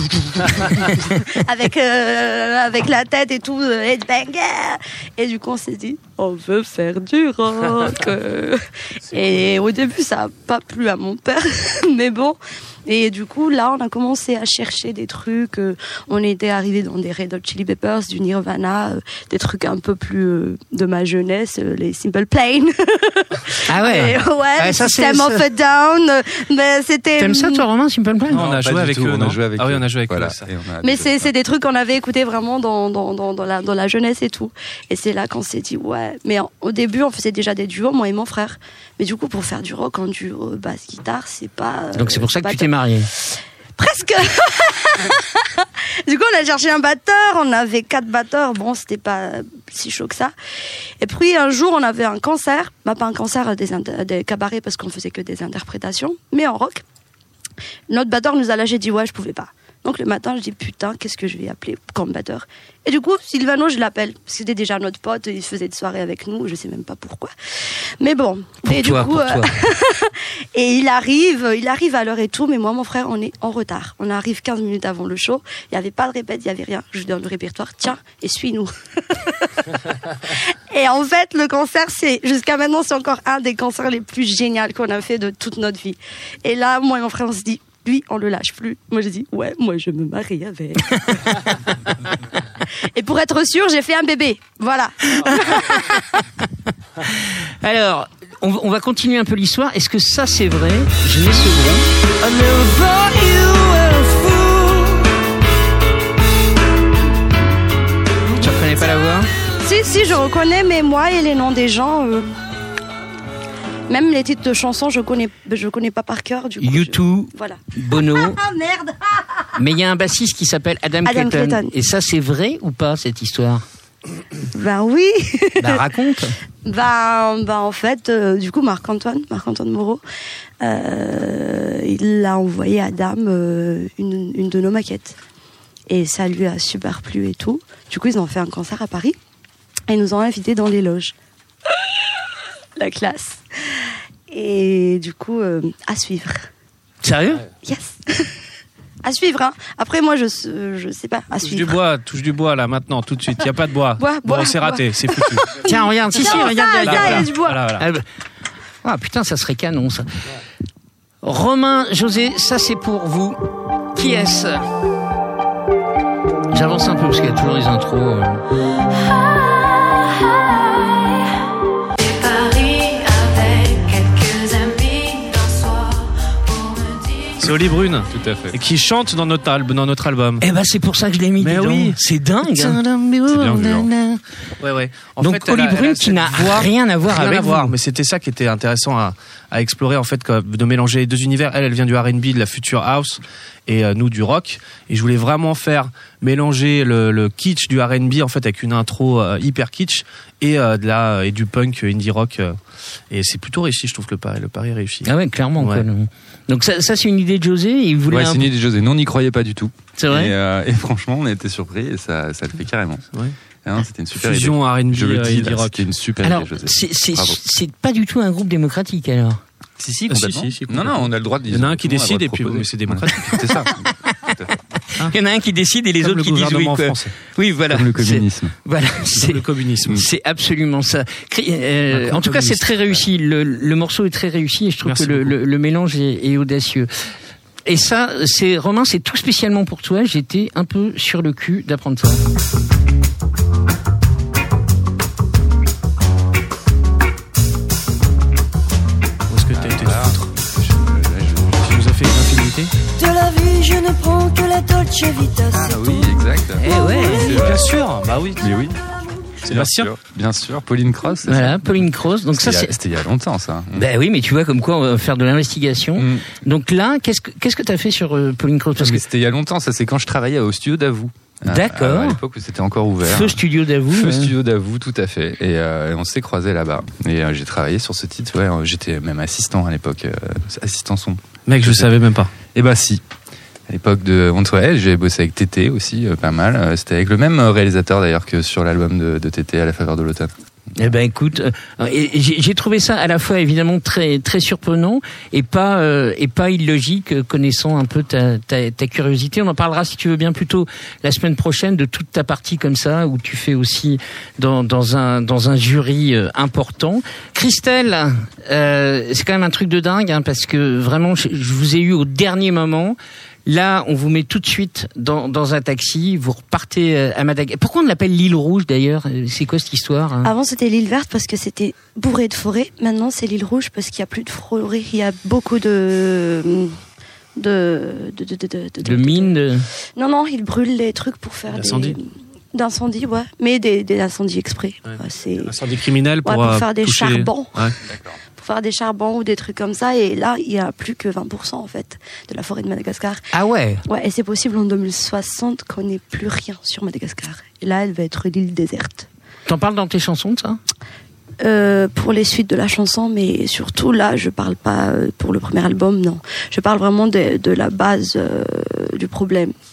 avec, euh, avec la tête et tout, euh, headbanger. Et du coup, on s'est dit, on veut faire du rock. Et au début, ça n'a pas plu à mon père, mais bon. Et du coup, là, on a commencé à chercher des trucs. euh, on était arrivé dans des Red Hot Chili Peppers, du Nirvana, euh, des trucs un peu plus euh, de ma jeunesse, euh, les Simple Plan. Ah ouais. Et ouais, Ouais, ça, c'est- System of ça- a Down. euh, Mais c'était. T'aimes ça toi Romain, Simple Plan? Non, on a pas joué du avec tout, eux, on non a joué avec Ah oui, eux. on a joué avec Voilà. eux, ça. Et on a Mais adoré c'est ça. c'est des trucs qu'on avait écoutés vraiment dans dans dans dans la dans la jeunesse et tout. Et c'est là qu'on s'est dit ouais. Mais en- au début, on faisait déjà des duos, moi et mon frère. Mais du coup, pour faire du rock en duo basse guitare, c'est pas. euh, Donc c'est pour ça que pas tu t'es top. marié. Presque. Du coup, on a cherché un batteur. On avait quatre batteurs. Bon, c'était pas si chaud que ça. Et puis un jour, on avait un concert. Bah, pas un concert des, inter- des cabarets parce qu'on faisait que des interprétations, mais en rock. Notre batteur nous a lâché, dit ouais, je pouvais pas. Donc le matin, je dis putain, qu'est-ce que je vais appeler comme batteur? Et du coup, Sylvano, je l'appelle. C'était déjà notre pote, il faisait des soirées avec nous, je sais même pas pourquoi. Mais bon. Pour et toi, du coup, pour toi. et il arrive, il arrive à l'heure et tout, mais moi, mon frère, on est en retard. On arrive quinze minutes avant le show. Il n'y avait pas de répète, il n'y avait rien. Je lui donne le répertoire, tiens, et suis-nous. Et en fait, le concert, c'est, jusqu'à maintenant, c'est encore un des concerts les plus géniaux qu'on a fait de toute notre vie. Et là, moi et mon frère, on se dit, lui, on le lâche plus. Moi, j'ai dit, ouais, moi, je me marie avec. Et pour être sûr, j'ai fait un bébé. Voilà. Alors, on, on va continuer un peu l'histoire. Est-ce que ça, c'est vrai? Je mets ce gros. I never thought you were a fool. Tu reconnais pas la voix? Si, si, je reconnais, mais moi et les noms des gens... Euh... Même les titres de chansons, je connais, je connais pas par cœur. Du coup, U deux, je... voilà. Bono. Ah merde. Mais il y a un bassiste qui s'appelle Adam, Adam Clayton. Clayton. Et ça, c'est vrai ou pas, cette histoire? Ben oui. Bah raconte. Ben, ben en fait, euh, du coup, Marc-Antoine, Marc-Antoine Moreau, euh, il a envoyé à Adam euh, une, une de nos maquettes. Et ça lui a super plu et tout. Du coup, ils ont fait un concert à Paris. Et ils nous ont invités dans les loges. La classe. Et du coup, euh, à suivre. Sérieux? Yes. À suivre, hein. Après, moi, je, je sais pas. À Touche suivre. du bois, touche du bois là maintenant, tout de suite. Il n'y a pas de bois. Bois, bon, bois, c'est raté, bois. c'est foutu. Tiens, regarde, si, si, Non, regarde. ça, regarde, ça, regarde. il y a du bois. Voilà, voilà. Ah, bah. Ah, putain, ça serait canon, ça. Romain, José, ça c'est pour vous. Qui est-ce? J'avance un peu parce qu'il y a toujours les intros. euh. C'est Oli Brune. Tout à fait. Et qui chante dans notre, al- dans notre album. Eh ben, c'est pour ça que je l'ai mis Mais dedans. oui. C'est dingue. C'est bien vu, hein. Ouais, ouais. En Donc, fait, elle Oli a- elle a Brune cette qui n'a voix- rien à voir rien avec à voir, vous. mais c'était ça qui était intéressant à, à explorer en fait, comme de mélanger les deux univers. Elle, elle vient du R and B, de la future house, et euh, nous du rock. Et je voulais vraiment faire mélanger le, le kitsch du R and B en fait avec une intro euh, hyper kitsch et euh, de la et du punk euh, indie rock. euh, et c'est plutôt réussi, je trouve que le pari, le pari est réussi. Ah ouais, clairement. Ouais. Quoi. Donc ça, ça c'est une idée de José. Il voulait Ouais, un c'est une idée de José. Nous, on n'y croyait pas du tout. C'est vrai. Et, euh, et franchement, on a été surpris et ça, ça le fait carrément. Ouais. Ah non, c'était une super Fusion idée. R and B, Je le euh, dis, indie là, rock. c'était une super Alors, idée, José. c'est, c'est, Bravo. c'est pas du tout un groupe démocratique alors. Si, si, Ah, si, complètement. si, si, non, complètement. non, on a le droit de Il y en a un qui tout le monde a le décide et droit puis de proposer. mais c'est démocratique. Ouais. C'est ça. Tout à fait. Il y en a un qui décide et les Comme autres le qui disent oui. gouvernement Quoi. français. Oui, voilà. Comme le C'est- communisme. Voilà, Comme c'est, le communisme. c'est absolument ça. Cri- euh, Macron en tout cas, c'est communiste. très réussi. Le, le morceau est très réussi et je trouve Merci que le, beaucoup. le, le mélange est, est audacieux. Et ça, c'est Romain, c'est tout spécialement pour toi. J'étais un peu sur le cul d'apprendre ça. Où est-ce que t'as été te foutre? Je- là, je- Tu nous as fait une infinité. De la vie, je ne prends que la Dolce Vita. Ah c'est oui, tout. exact. Eh ouais. C'est- Bien sûr, bah oui. Mais oui. Sébastien. Bien sûr, bien sûr. Pauline Cross. c'est Voilà, ça. Pauline Cross. Donc ça, C'était il y a- c'est. C'était il y a longtemps, ça. Ben oui, mais tu vois comme quoi on va faire de l'investigation. Mm. Donc là, qu'est-ce que qu'est-ce que t'as fait sur euh, Pauline Cross? Parce Parce que que c'était il y a longtemps, ça c'est quand je travaillais au studio d'Avou. D'accord. À, à l'époque où c'était encore ouvert. Feu Studio d'Avou. Feu hein. Studio d'Avou, tout à fait. Et, euh, et on s'est croisés là-bas. Et euh, j'ai travaillé sur ce titre. Ouais, euh, j'étais même assistant à l'époque, euh, assistant son. Mec, je savais même pas. Et bah si. À l'époque de ouais, j'ai bossé avec Tété aussi, euh, pas mal. Euh, C'était avec le même euh, réalisateur d'ailleurs que sur l'album de, de Tété à la faveur de l'automne. Eh ben écoute, euh, et j'ai j'ai trouvé ça à la fois évidemment très très surprenant et pas euh, et pas illogique, euh, connaissant un peu ta, ta ta curiosité. On en parlera si tu veux bien plutôt la semaine prochaine de toute ta partie comme ça où tu fais aussi dans dans un dans un jury euh, important. Christelle, euh, c'est quand même un truc de dingue hein, parce que vraiment je, je vous ai eu au dernier moment. Là, on vous met tout de suite dans, dans un taxi, vous repartez à Madagascar. Pourquoi on l'appelle l'île rouge d'ailleurs? C'est quoi cette histoire hein? Avant, c'était l'île verte parce que c'était bourré de forêt. Maintenant, c'est l'île rouge parce qu'il n'y a plus de forêt. Il y a beaucoup de... De, de, de, de, de, De mines de... Non, non, ils brûlent les trucs pour faire D'incendie. des... D'incendie, ouais. Mais des, des incendies exprès. Ouais. Ouais, c'est... Incendie criminel pour, Ouais, pour euh, faire des toucher les- charbons. Ouais. Pour faire des charbons ou des trucs comme ça. Et là, il n'y a plus que vingt pour cent, en fait, de la forêt de Madagascar. Ah ouais. Ouais, et c'est possible en deux mille soixante qu'on n'ait plus rien sur Madagascar. Et là, elle va être l'île déserte. T'en parles dans tes chansons de ça? Euh, pour les suites de la chanson, mais surtout là, je parle pas euh, pour le premier album, non. Je parle vraiment de, de la base euh, du problème.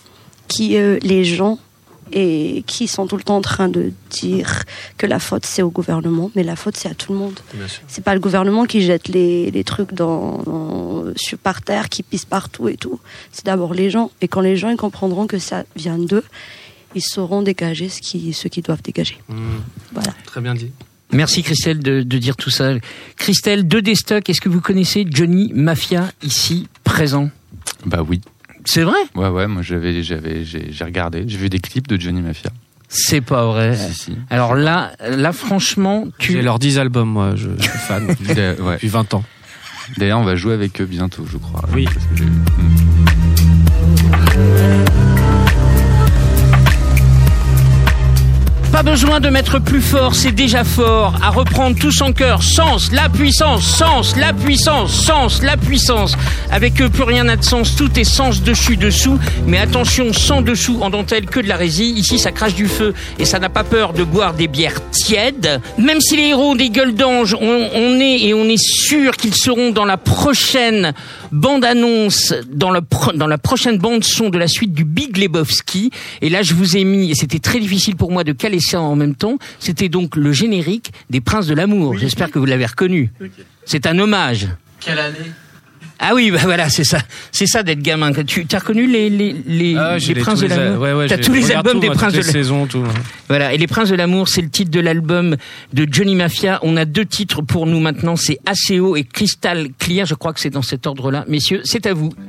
qui euh, les gens et qui sont tout le temps en train de dire que la faute c'est au gouvernement, mais la faute c'est à tout le monde. C'est pas le gouvernement qui jette les, les trucs dans, dans, sur, par terre, qui pisse partout et tout. C'est d'abord les gens. Et quand les gens ils comprendront que ça vient d'eux, ils sauront dégager ce qu'ils ce qu'ils doivent dégager. Mmh. Voilà. Très bien dit. Merci Christelle de, de dire tout ça. Christelle de Destock, est-ce que vous connaissez Johnny Mafia ici présent? Bah oui. C'est vrai? Ouais, ouais, moi j'avais, j'avais, j'ai, j'ai regardé, j'ai vu des clips de Johnny Mafia. C'est pas vrai. Si, si. Alors là, là franchement, tu... J'ai leurs dix albums, moi, je, je suis fan depuis, Euh, ouais. depuis vingt ans. D'ailleurs, on va jouer avec eux bientôt, je crois. Oui. Parce que j'ai- Pas besoin de mettre plus fort, c'est déjà fort. À reprendre tous en cœur. Sens, la puissance, sens, la puissance, sens, la puissance. Avec eux, plus rien n'a de sens, tout est sens dessus, dessous. Mais attention, sans dessous, en dentelle, que de la résille. Ici, ça crache du feu et ça n'a pas peur de boire des bières tièdes. Même si les héros des gueules d'ange, on, on est et on est sûr qu'ils seront dans la prochaine bande-annonce, dans, le pro, dans la prochaine bande-son de la suite du Big Lebowski. Et là, je vous ai mis, et c'était très difficile pour moi de caler ça en même temps, c'était donc le générique des Princes de l'amour. Oui. J'espère que vous l'avez reconnu. Okay. C'est un hommage. Quelle année? Ah oui, bah voilà, c'est ça, c'est ça d'être gamin. Tu as reconnu les les les, ah, les Princes de l'amour? Ouais, ouais, t'as tous les albums tout, des moi, Princes de l'amour. Saisons, tout. Voilà, et les Princes de l'amour, c'est le titre de l'album de Johnny Mafia. On a deux titres pour nous maintenant, c'est A C O et Crystal Clear. Je crois que c'est dans cet ordre-là, messieurs. C'est à vous.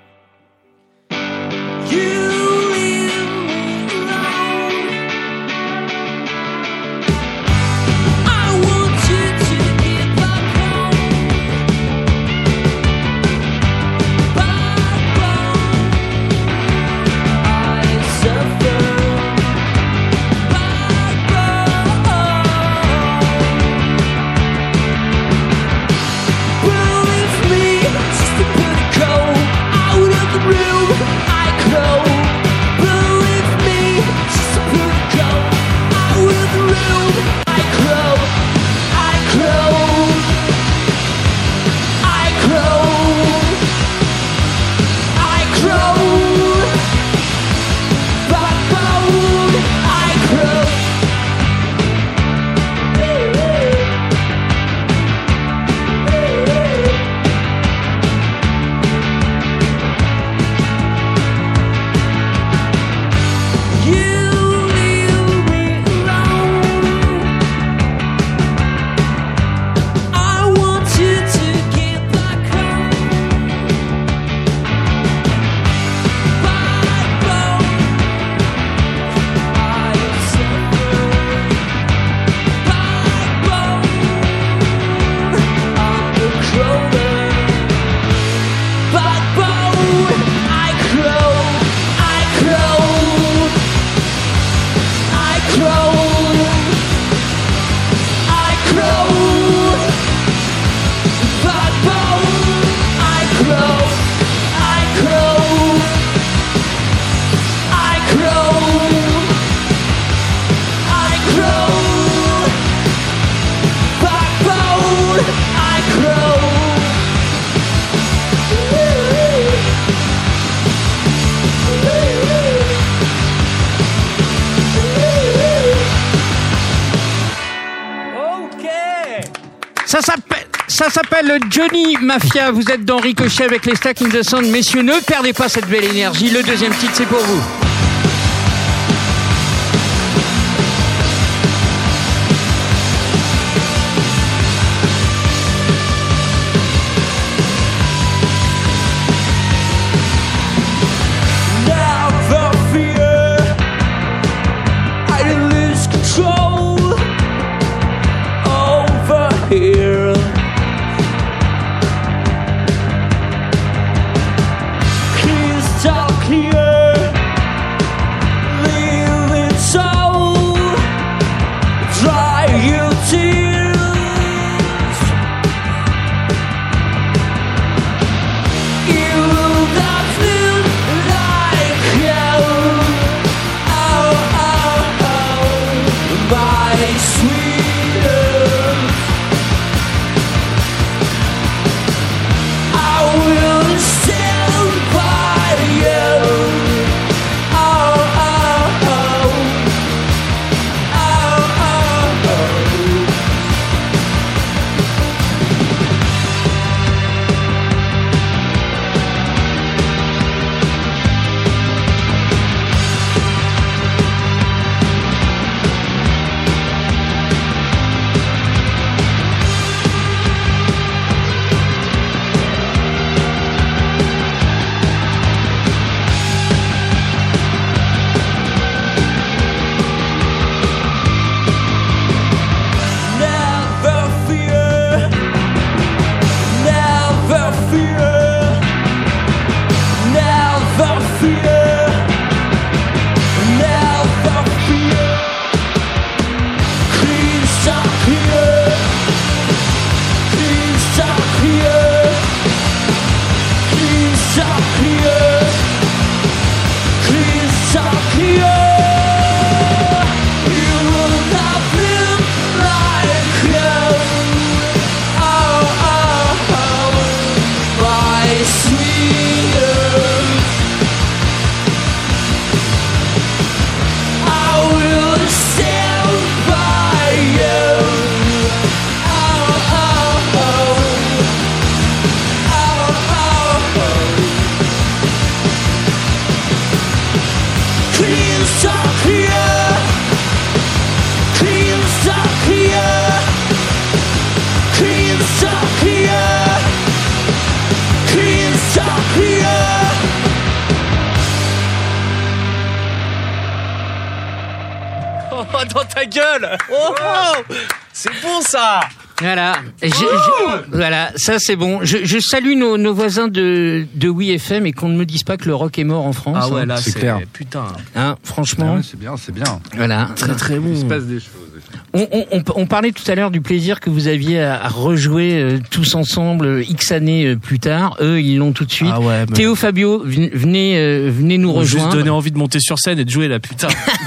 Ça s'appelle, ça s'appelle Johnny Mafia. Vous êtes dans Ricochet avec les Stack in the Sound. Messieurs, ne perdez pas cette belle énergie. Le deuxième titre, c'est pour vous. I will stand by you. dans ta gueule. Oh, oh, c'est bon ça. Voilà, je, je, voilà, ça c'est bon. Je, je salue nos, nos voisins de de Oui F M et qu'on ne me dise pas que le rock est mort en France. Ah ouais, là c'est c'est clair. Putain. Hein, franchement. Ah ouais, c'est bien, c'est bien. Voilà. Très très bon. Il se passe des choses. On, on, on, on parlait tout à l'heure du plaisir que vous aviez à, à rejouer euh, tous ensemble euh, X années euh, plus tard. Eux, ils l'ont tout de suite. Ah ouais. Mais... Théo, Fabio, venez, venez, euh, venez nous On rejoindre. juste donner envie de monter sur scène et de jouer là, putain.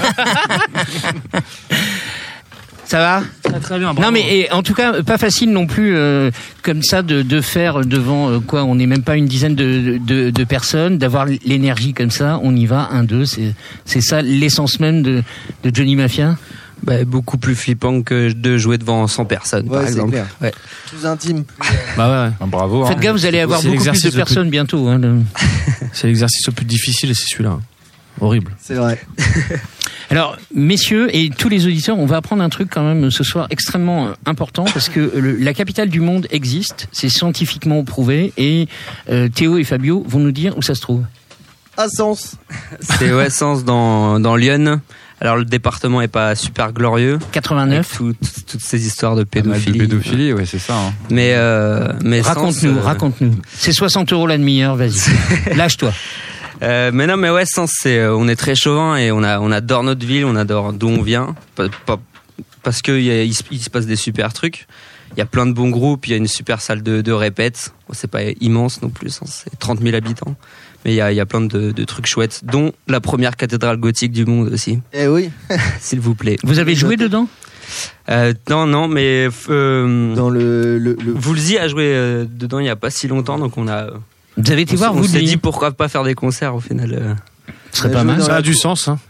Ça va? Très très bien. Non bravo. mais et, en tout cas pas facile non plus euh, comme ça de, de faire devant euh, quoi on n'est même pas une dizaine de, de, de personnes, d'avoir l'énergie comme ça, on y va un deux, c'est c'est ça l'essence même de, de Johnny Mafia. Bah, beaucoup plus flippant que de jouer devant cent personnes, Ouais, par c'est exemple. clair. Ouais. Plus intime. Plus... Bah ouais. Ah, bravo. Faites hein. gaffe, vous allez avoir c'est beaucoup plus l'exercice de le plus- personnes bientôt. Hein, le... C'est l'exercice le plus difficile et c'est celui-là. Horrible. C'est vrai. Alors, messieurs et tous les auditeurs, on va apprendre un truc quand même ce soir extrêmement euh, important parce que le, la capitale du monde existe, c'est scientifiquement prouvé et euh, Théo et Fabio vont nous dire où ça se trouve. À Sens. C'est ouais, Sens dans, dans Lyon. Alors le département est pas super glorieux. quatre-vingt-neuf. Avec tout- toutes ces histoires de Pas mal de pédophilie. pédophilie, ouais, c'est ça. Hein. Mais, euh, mais Raconte-nous, Sens, euh, raconte-nous. C'est soixante euros la demi-heure, vas-y. Lâche-toi. Euh, mais non, mais ouais, Sens, c'est, euh, on est très chauvin et on a, on adore notre ville, on adore d'où on vient, pas, pas- parce que il, y a- il, se, il se passe des super trucs. Il y a plein de bons groupes, il y a une super salle de, de répète. Bon, c'est pas immense non plus, Sens, c'est trente mille habitants. Mais il y a, il y a plein de, de trucs chouettes, dont la première cathédrale gothique du monde aussi, Eh oui. s'il vous plaît. Vous avez joué dedans? Euh, non, non, mais euh, Dans le. le, le... Woolsey a joué euh, dedans il y a pas si longtemps, donc on a. Vous avez été on, voir, s- on vous, s'est de dit pourquoi pas faire des concerts au final. euh. Ce serait On a pas joué mal. dans Ça la a du cour. sens. Hein.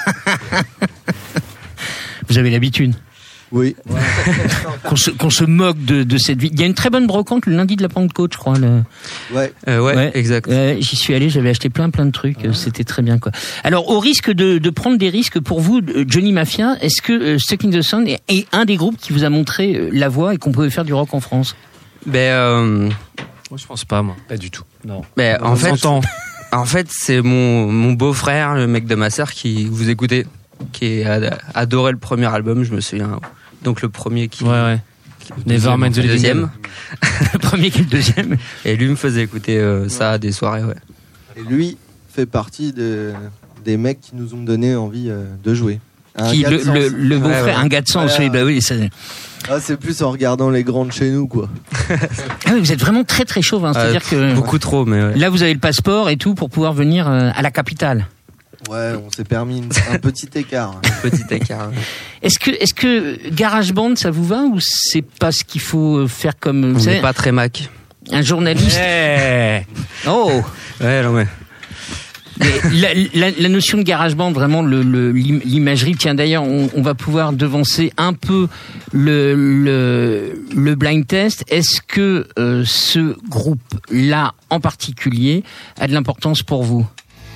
Vous avez l'habitude. Oui. Qu'on se, qu'on se moque de, de cette vie. Il y a une très bonne brocante le lundi de la Pentecôte, je crois. Le... Ouais. Euh, ouais, Ouais. exact. Ouais, j'y suis allé, j'avais acheté plein plein de trucs. euh, C'était très bien, quoi. Alors, au risque de, de prendre des risques pour vous, euh, Johnny Mafia, est-ce que euh, Stuck in the Sun est, est un des groupes qui vous a montré euh, la voie et qu'on pouvait faire du rock en France? Ben, euh, Moi, je pense pas, moi. Pas du tout. Non. ben, en fait, J'entends. en fait, c'est mon, mon beau-frère, le mec de ma sœur, qui vous écoutez, qui a adoré le premier album, je me souviens. Donc le premier qui. Ouais, ouais. Nevermind the le Living deuxième. Le premier qui est le deuxième. Et lui me faisait écouter euh, ça à des soirées, ouais. Et lui fait partie de, des mecs qui nous ont donné envie euh, de jouer. Un Qui, gars le, de Sens. le, le beau-frère, Ouais, ouais. un gars de sens, Voilà. oui, bah oui. Ça... Ah, c'est plus en regardant les grands de chez nous, quoi. Ah oui, vous êtes vraiment très très chauvin. C'est-à-dire Euh, que Beaucoup trop, mais ouais. là, vous avez le passeport et tout pour pouvoir venir euh, à la capitale. Ouais, on s'est permis une- un petit écart. Petit écart. ouais. Est-ce que, est-ce que GarageBand, ça vous va ou c'est pas ce qu'il faut faire comme, vous On savez, n'est pas très Mac. un journaliste? Oh! Ouais, non, mais. Mais la, la, la notion de GarageBand, vraiment le, le, l'im- l'imagerie. Tiens, d'ailleurs, on, on va pouvoir devancer un peu le, le, le blind test. Est-ce que euh, ce groupe-là, en particulier, a de l'importance pour vous?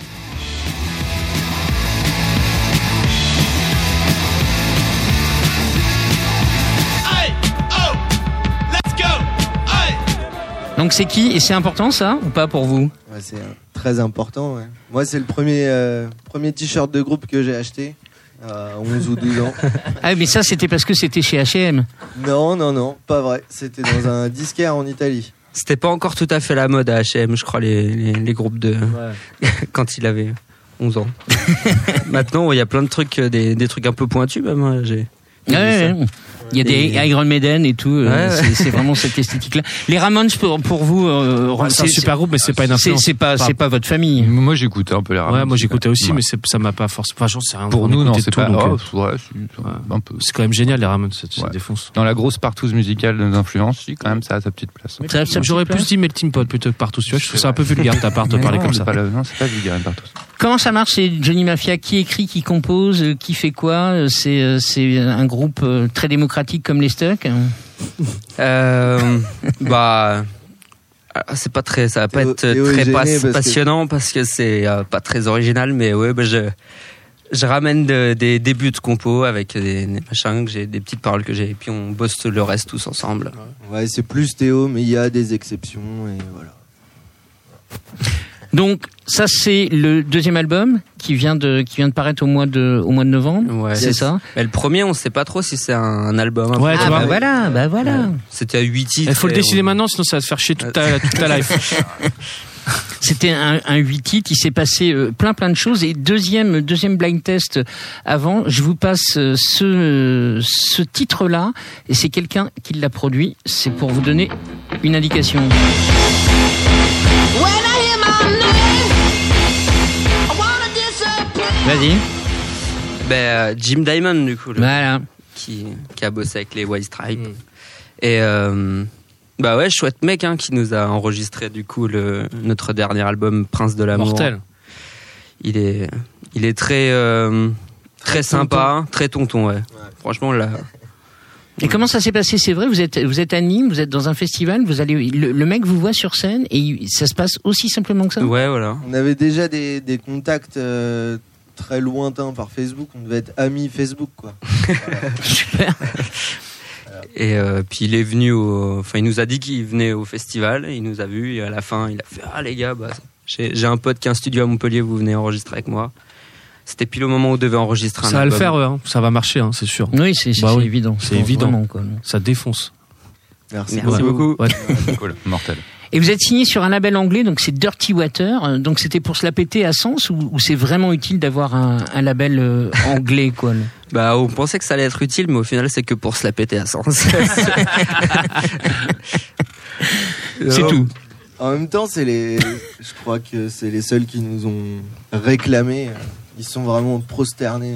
Donc c'est qui? Et c'est important ça ou pas pour vous? Ouais, c'est euh, très important. Ouais. Moi, c'est le premier, euh, premier t-shirt de groupe que j'ai acheté à onze ou douze ans. Ah mais ça c'était parce que c'était chez H et M. Non, non, non, pas vrai. C'était dans un disquaire en Italie. C'était pas encore tout à fait la mode à H et M, je crois, les, les, les groupes de. Quand il avait onze ans. Maintenant, il y a plein de trucs, des, des trucs un peu pointus, même. hein, J'ai. j'ai Ouais, vu ouais. Il y a des Et- Iron Maiden et tout. euh, Ouais, ouais. C'est, c'est vraiment cette esthétique-là. Les Ramones pour, pour vous, euh, Ouais, c'est un super groupe, mais c'est pas une c'est, influence. c'est pas, c'est pas votre famille. Moi, j'écoutais un peu les Ramones. Ouais, moi j'écoutais aussi, Ouais. mais c'est, ça m'a pas forcé. Enfin, j'en sais rien. Pour on nous, non, écoutait c'est tout, pas. donc, Oh, euh, ouais, c'est- ouais. un peu. c'est quand même génial les Ramones, ça, ça Ouais. défonce. Dans la grosse partouze musicale de nos influences, si, quand même, ça a sa petite place. Ça, ça J'aurais te plaît plus dit Melting Pot plutôt que partout. Tu vois, je trouve ça un peu vulgaire de ta part de Mais parler non, comme c'est ça. pas la- Non, c'est pas vulgaire partout. Comment ça marche chez Johnny Mafia? Qui écrit, qui compose, euh, qui fait quoi? Euh, C'est, euh, c'est un groupe euh, très démocratique comme les Stuck. Euh, bah, alors, c'est pas très, ça va pas Théo- être Théo est très gêné pas- parce que- passionnant parce que c'est euh, pas très original, mais ouais, bah, je, je ramène de- des débuts de compo avec des, des machins, que j'ai des petites paroles que j'ai, et puis on bosse le reste tous ensemble. Ouais, c'est plus Théo, mais il y a des exceptions et voilà. Donc ça c'est le deuxième album qui vient de qui vient de paraître au mois de au mois de novembre. Ouais. C'est Yes. ça. Mais le premier, on sait pas trop si c'est un, un album. Ouais, Ah tu vois. bah voilà, bah voilà. Ouais. C'était à huit titres. Il faut le et décider on- maintenant, sinon ça va te faire chier toute ta, toute ta life. C'était un, un huit titres, il s'est passé euh, plein plein de choses. Et deuxième deuxième blind test avant, je vous passe euh, ce euh, ce titre-là, et c'est quelqu'un qui l'a produit. C'est pour vous donner une indication. Vas-y. Ben, euh, Jim Diamond, du coup, le- Voilà. qui, qui a bossé avec les White Stripes. Et euh, bah ouais, chouette mec hein, qui nous a enregistré du coup le, notre dernier album Prince de l'amour. Mortel. Il est, il est très, euh, très, sympa, très tonton, ouais. Franchement là. Et comment ça s'est passé? C'est vrai, vous êtes vous êtes à Nîmes, vous êtes dans un festival, vous allez le, le mec vous voit sur scène et il- ça se passe aussi simplement que ça. Ouais, voilà. On avait déjà des, des contacts euh, très lointains par Facebook. On devait être amis Facebook, quoi. Super. Et euh, puis il est venu au, enfin il nous a dit qu'il venait au festival, et il nous a vus et à la fin il a fait ah les gars, bah j'ai, j'ai un pote qui a un studio à Montpellier, vous venez enregistrer avec moi. C'était pile au moment où on devait enregistrer un Ça va album. le faire, ouais, hein. Ça va marcher, hein, c'est sûr. Oui, c'est, c'est, Bah c'est oui. évident. C'est Je pense évident. vraiment, quoi. Ça défonce. Merci, Merci Ouais. beaucoup. Ouais. Cool, mortel. Et vous êtes signé sur un label anglais, donc c'est Dirty Water. Donc c'était pour se la péter à Sens, ou, ou c'est vraiment utile d'avoir un, un label euh, anglais, quoi. le- Bah on pensait que ça allait être utile, mais au final c'est que pour se la péter à Sens. C'est tout. En même temps, c'est les, je crois que c'est les seuls qui nous ont réclamé. Ils sont vraiment prosternés.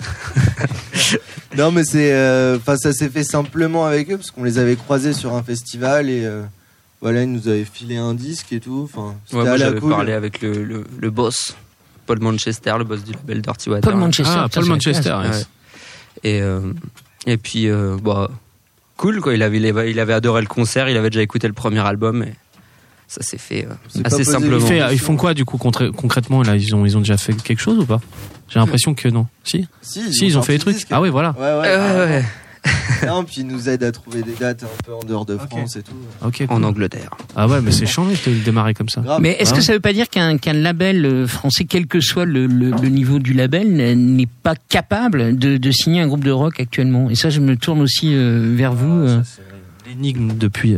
Non, mais c'est, enfin, ça s'est fait simplement avec eux parce qu'on les avait croisés sur un festival et euh, voilà, ils nous avaient filé un disque et tout. Enfin, c'était Ouais, à moi la j'avais cool. parlé avec le, le, le boss, Paul Manchester, le boss du label Dirty Water. Paul Manchester. Ah, putain, Paul c'est la Manchester, classe. ouais. Ouais. Et, euh, et puis, euh, bah, cool quoi. Il avait, il avait, il avait adoré le concert, il avait déjà écouté le premier album et ça s'est fait euh, C'est pas assez posé simplement. les Ils, fait- Bon, ils font quoi du coup contré- concrètement là, ils ont ils ont déjà fait quelque chose ou pas? J'ai l'impression que non. Si. Si, Si, ils ont fait des sorti le trucs. disque. Ah ouais, voilà. Ouais, ouais. Euh, ouais, ouais. Non, puis ils nous aident à trouver des dates un peu en dehors de France et tout. Ok. En cool. Angleterre. Ah ouais, mais c'est changé de démarrer comme ça. Grave. Mais est-ce Ah. que ça veut pas dire qu'un, qu'un label euh, français, quel que soit le, le, le niveau du label, n'est pas capable de, de signer un groupe de rock actuellement? Et ça, je me tourne aussi euh, vers vous. euh. L'énigme depuis, euh,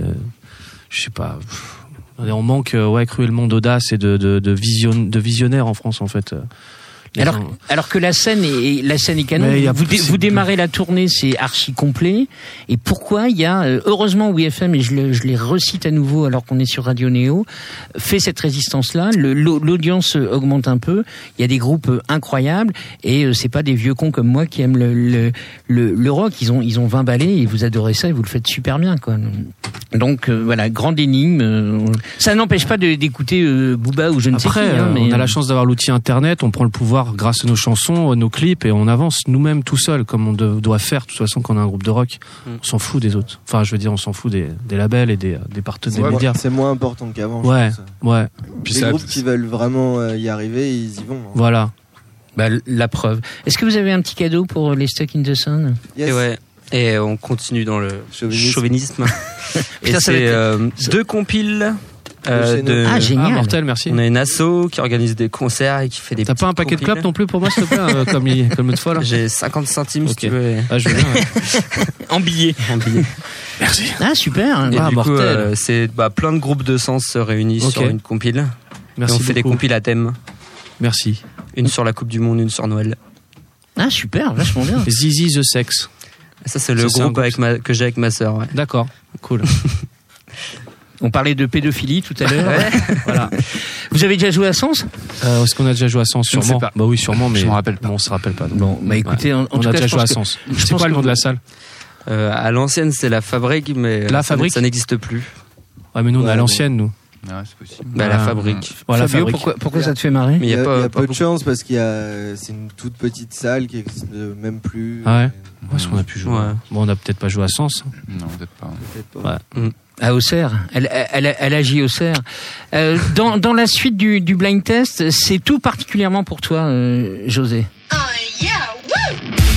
je sais pas. pff, on manque euh, ouais cruellement d'audace et de de, de vision de visionnaires en France en fait. Les Alors, gens- alors que la scène est, la scène est canon. Mais il y a- Vous, dé- c'est- vous démarrez la tournée, c'est archi complet. Et pourquoi il y a, euh, heureusement, W F M, et je, le, je les recite à nouveau alors qu'on est sur Radio Néo, fait cette résistance-là. Le, l'au- l'audience augmente un peu. Il y a des groupes euh, incroyables et euh, c'est pas des vieux cons comme moi qui aiment le, le, le, le rock. Ils ont, ils ont vingt balais et vous adorez ça et vous le faites super bien, quoi. Donc euh, voilà, grande énigme. euh, ça n'empêche pas de, d'écouter euh, Booba ou je ne Après, sais qui. hein, euh, mais, on a euh, la chance d'avoir l'outil internet, on prend le pouvoir grâce à nos chansons, nos clips, et on avance nous-mêmes tout seul, comme on de- doit faire de toute façon quand on a un groupe de rock. Mm. On s'en fout des autres. Enfin, je veux dire, on s'en fout des, des labels et des, des partenaires, C'est des moins- médias. c'est moins important qu'avant. je Ouais, pense. ouais, Puis Les ça, groupes qui veulent vraiment euh, y arriver, ils y vont. hein. voilà. bah, la preuve. Est-ce que vous avez un petit cadeau pour les Stuck in the Sun? Yes. Et ouais. Et on continue dans le Chauvinisme. chauvinisme. Et Putain, ça va c'est être- euh, deux compiles. euh, chez nous. de... Ah, génial. Ah, mortel, merci. On a une asso qui organise des concerts et qui fait des. T'as pas un petites paquet de compiles. clopes non plus pour moi, s'il te plaît, euh, comme, il- comme l'autre fois là? J'ai cinquante centimes Ok. si tu veux. Ah, je veux bien, ouais. En billet. En billets. Merci. Ah, super. Et Ah, du coup, mortel. euh, c'est bah, plein de groupes de sens se réunissent Ok. sur une compile. Merci et on fait des beaucoup. compiles à thème. Merci. Une sur la Coupe du Monde, une sur Noël. Ah, super, vachement bien. Zizi the Sex. Et ça, c'est le Ça, c'est un groupe groupe. avec ma... que j'ai avec ma sœur. Ouais. D'accord. Cool. On parlait de pédophilie tout à l'heure. Voilà. Vous avez déjà joué à Sens? Euh, est-ce qu'on a déjà joué à Sens? Je ne Sûrement. sais pas. Bah oui, sûrement, mais Je m'en rappelle pas. bon, on se rappelle pas. Bon, bah écoutez, en, en On tout a cas, déjà je joué à pense que- Sens. je C'est pense quoi le que nom de vous- la salle? Euh, à l'ancienne, c'est la Fabrique, mais La ça- Fabrique ça n'existe plus. Ouais, mais nous, on est à Ouais, l'ancienne, nous. Ouais, c'est possible. Bah, la Ah, Fabrique. Voilà, Fabio, Fabrique. pourquoi, pourquoi ça te fait marrer? Mais Il y a, pas, il y a pas peu de beaucoup. chance parce qu'il y a, c'est une toute petite salle qui existe même plus. Ah ouais. Euh, Où est-ce qu'on a pu jouer? Ouais. Bon, on a peut-être pas joué à Sens. Non, peut-être pas. peut-être pas. Ouais. À Auxerre. Elle, elle, elle, elle agit Auxerre. Euh, dans, dans la suite du, du blind test, c'est tout particulièrement pour toi, euh, José.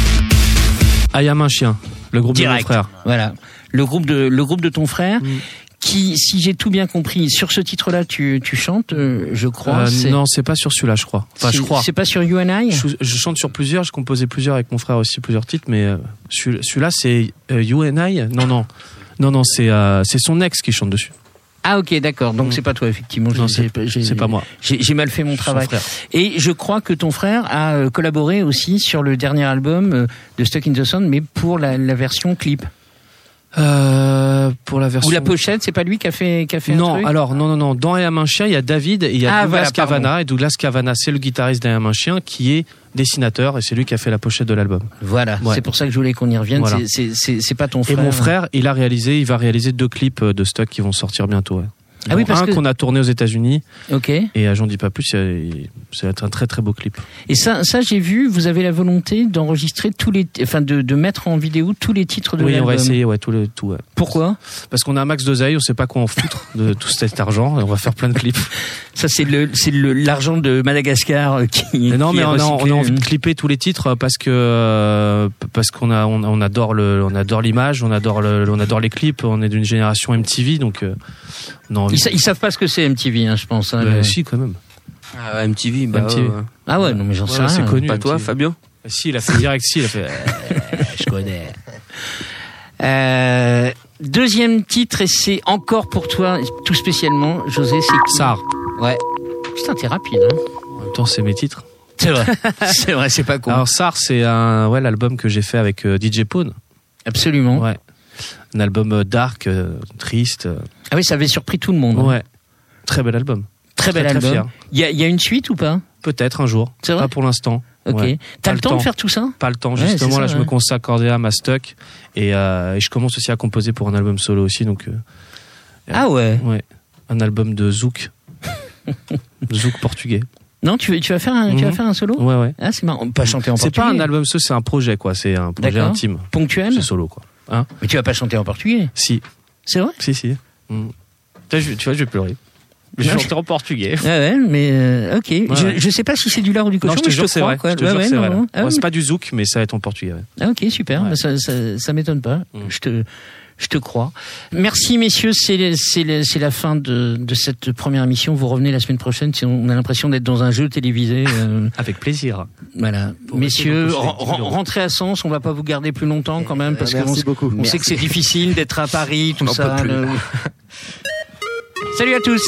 Ayam un chien. Le groupe Direct. de mon frère. Voilà. Le groupe de, le groupe de ton frère. Mm. qui, si j'ai tout bien compris, sur ce titre-là, tu, tu chantes, euh, je crois. Euh, c'est... Non, c'est pas sur celui-là, je crois. Enfin, c'est, je crois. C'est pas sur You and I. Je, je chante sur plusieurs, je composais plusieurs avec mon frère aussi, plusieurs titres, mais euh, celui, celui-là, c'est euh, You and I. Non, non, non, non, c'est euh, c'est son ex qui chante dessus. Ah ok, d'accord. Donc mmh. c'est pas toi effectivement. Non, j'ai, c'est, j'ai, c'est pas moi. J'ai, j'ai mal fait mon Son travail. frère. Et je crois que ton frère a collaboré aussi sur le dernier album de Stuck in the Sun, mais pour la, la version clip. Euh, pour la version. Ou la pochette, c'est pas lui qui a fait, qui a fait non, un truc. alors non, non, non. Dans Et à main chien, il y a David et il y a ah, Douglas voilà, Cavana. Et Douglas Cavana, c'est le guitariste d'A main chien qui est dessinateur et c'est lui qui a fait la pochette de l'album. Voilà, ouais. C'est pour ça que je voulais qu'on y revienne. Voilà. C'est, c'est, c'est, c'est pas ton frère. Et mon frère, il a réalisé, il va réaliser deux clips de Stuck qui vont sortir bientôt. Ouais. Ah oui, parce un que... qu'on a tourné aux États-Unis. Ok. Et euh, j'en dis pas plus. C'est un très très beau clip. Et ça, ça j'ai vu. Vous avez la volonté d'enregistrer tous les, enfin de, de mettre en vidéo tous les titres de oui, l'album. Oui, on va essayer, ouais, tout le tout. Ouais. Pourquoi ? Parce qu'on a un max d'oseille, on sait pas quoi en foutre de tout cet argent. Et on va faire plein de clips. Ça c'est le, c'est le l'argent de Madagascar qui. Mais non, qui mais on a, on a envie de euh... clipper tous les titres parce que euh, parce qu'on a on, on adore le on adore l'image, on adore le on adore les clips. On est d'une génération M T V, donc. Euh, non, ils, ils savent pas ce que c'est M T V, hein, je pense. Hein, bah, le... Si, quand même. Ah ouais, M T V, bah M T V. ouais, ouais. Ah ouais, non mais j'en ouais, sais rien. C'est connu. Pas M T V. toi, Fabio ? Bah, si, il a fait direct, si, il a fait. Je connais. Euh, deuxième titre et c'est encore pour toi, tout spécialement, José, c'est Sar. Ouais. Putain, t'es rapide. Hein. En même temps, c'est mes titres. C'est vrai. C'est vrai, c'est pas con. Alors Sar, c'est un ouais l'album que j'ai fait avec euh, D J Pone. Absolument. Ouais. Un album dark, euh, triste. Euh... Ah oui, ça avait surpris tout le monde. Ouais. Hein. Très bel album. Très, très bel très album. Il y a, y a une suite ou pas ? Peut-être un jour. C'est vrai ? Pas pour l'instant. Ok. Ouais. T'as le temps, temps de faire tout ça ? Pas le temps. Justement, ouais, ça, là, ouais. je me consacre corps et âme à Stuck et, euh, et je commence aussi à composer pour un album solo aussi. Donc. Euh, ah ouais. Ouais. Un album de zouk. Zouk portugais. Non, tu veux, tu vas faire un, mm-hmm. tu vas faire un solo ? Ouais, ouais. Ah, c'est marrant. Pas chanter en c'est portugais. C'est pas un album solo, c'est un projet, quoi. C'est un projet D'accord. intime. Ponctuel ? C'est solo, quoi. Hein ? Mais tu vas pas chanter en portugais ? Si. C'est vrai ? Si, si. Mm. Tu vois, je vais pleurer. Je vais chanter en portugais. Ouais, ouais, mais euh, ok. Ouais, je, ouais. je sais pas si c'est du lard ou du cochon. Non, je te mais jure, je te c'est crois, vrai. quoi. Je te ouais, jure, ouais, c'est non, vrai. non. Ah, bon, oui. c'est pas du zouk, mais ça va être en portugais. Ouais. Ah ok, super. Ouais. Bah, ça, ça, ça m'étonne pas. Mm. Je te, je te crois. Merci messieurs, c'est, c'est, c'est la fin de, de cette première émission. Vous revenez la semaine prochaine. On a l'impression d'être dans un jeu télévisé. Euh... Avec plaisir. Voilà, pour messieurs, r- rentrez à Sens. On va pas vous garder plus longtemps quand même parce euh, qu'on beaucoup. on Merci. sait que c'est difficile d'être à Paris, tout on ça. Le... Salut à tous.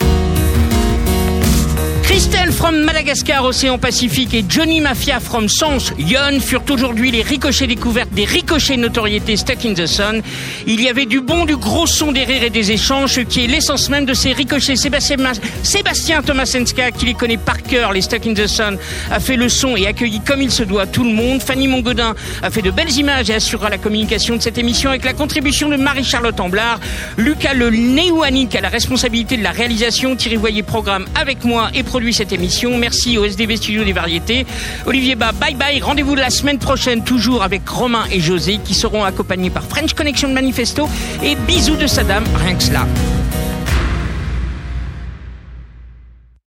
Christelle from Madagascar, Océan Pacifique et Johnny Mafia from Sens, Yon furent aujourd'hui les ricochets découvertes des ricochets notoriétés Stuck in the Sun. Il y avait du bon, du gros son, des rires et des échanges, ce qui est l'essence même de ces ricochets. Sébastien, Sébastien Tomasenska, qui les connaît par cœur, les Stuck in the Sun, a fait le son et accueilli comme il se doit tout le monde. Fanny Mongodin a fait de belles images et assurera la communication de cette émission avec la contribution de Marie-Charlotte Amblard. Lucas Le Néouanic a la responsabilité de la réalisation. Thierry Voyer programme avec moi et produit cette émission. Merci au S D V Studio des Variétés. Olivier Bas, bye bye. Rendez-vous la semaine prochaine, toujours avec Romain et José, qui seront accompagnés par French Connection Manifesto et bisous de Saddam, rien que cela.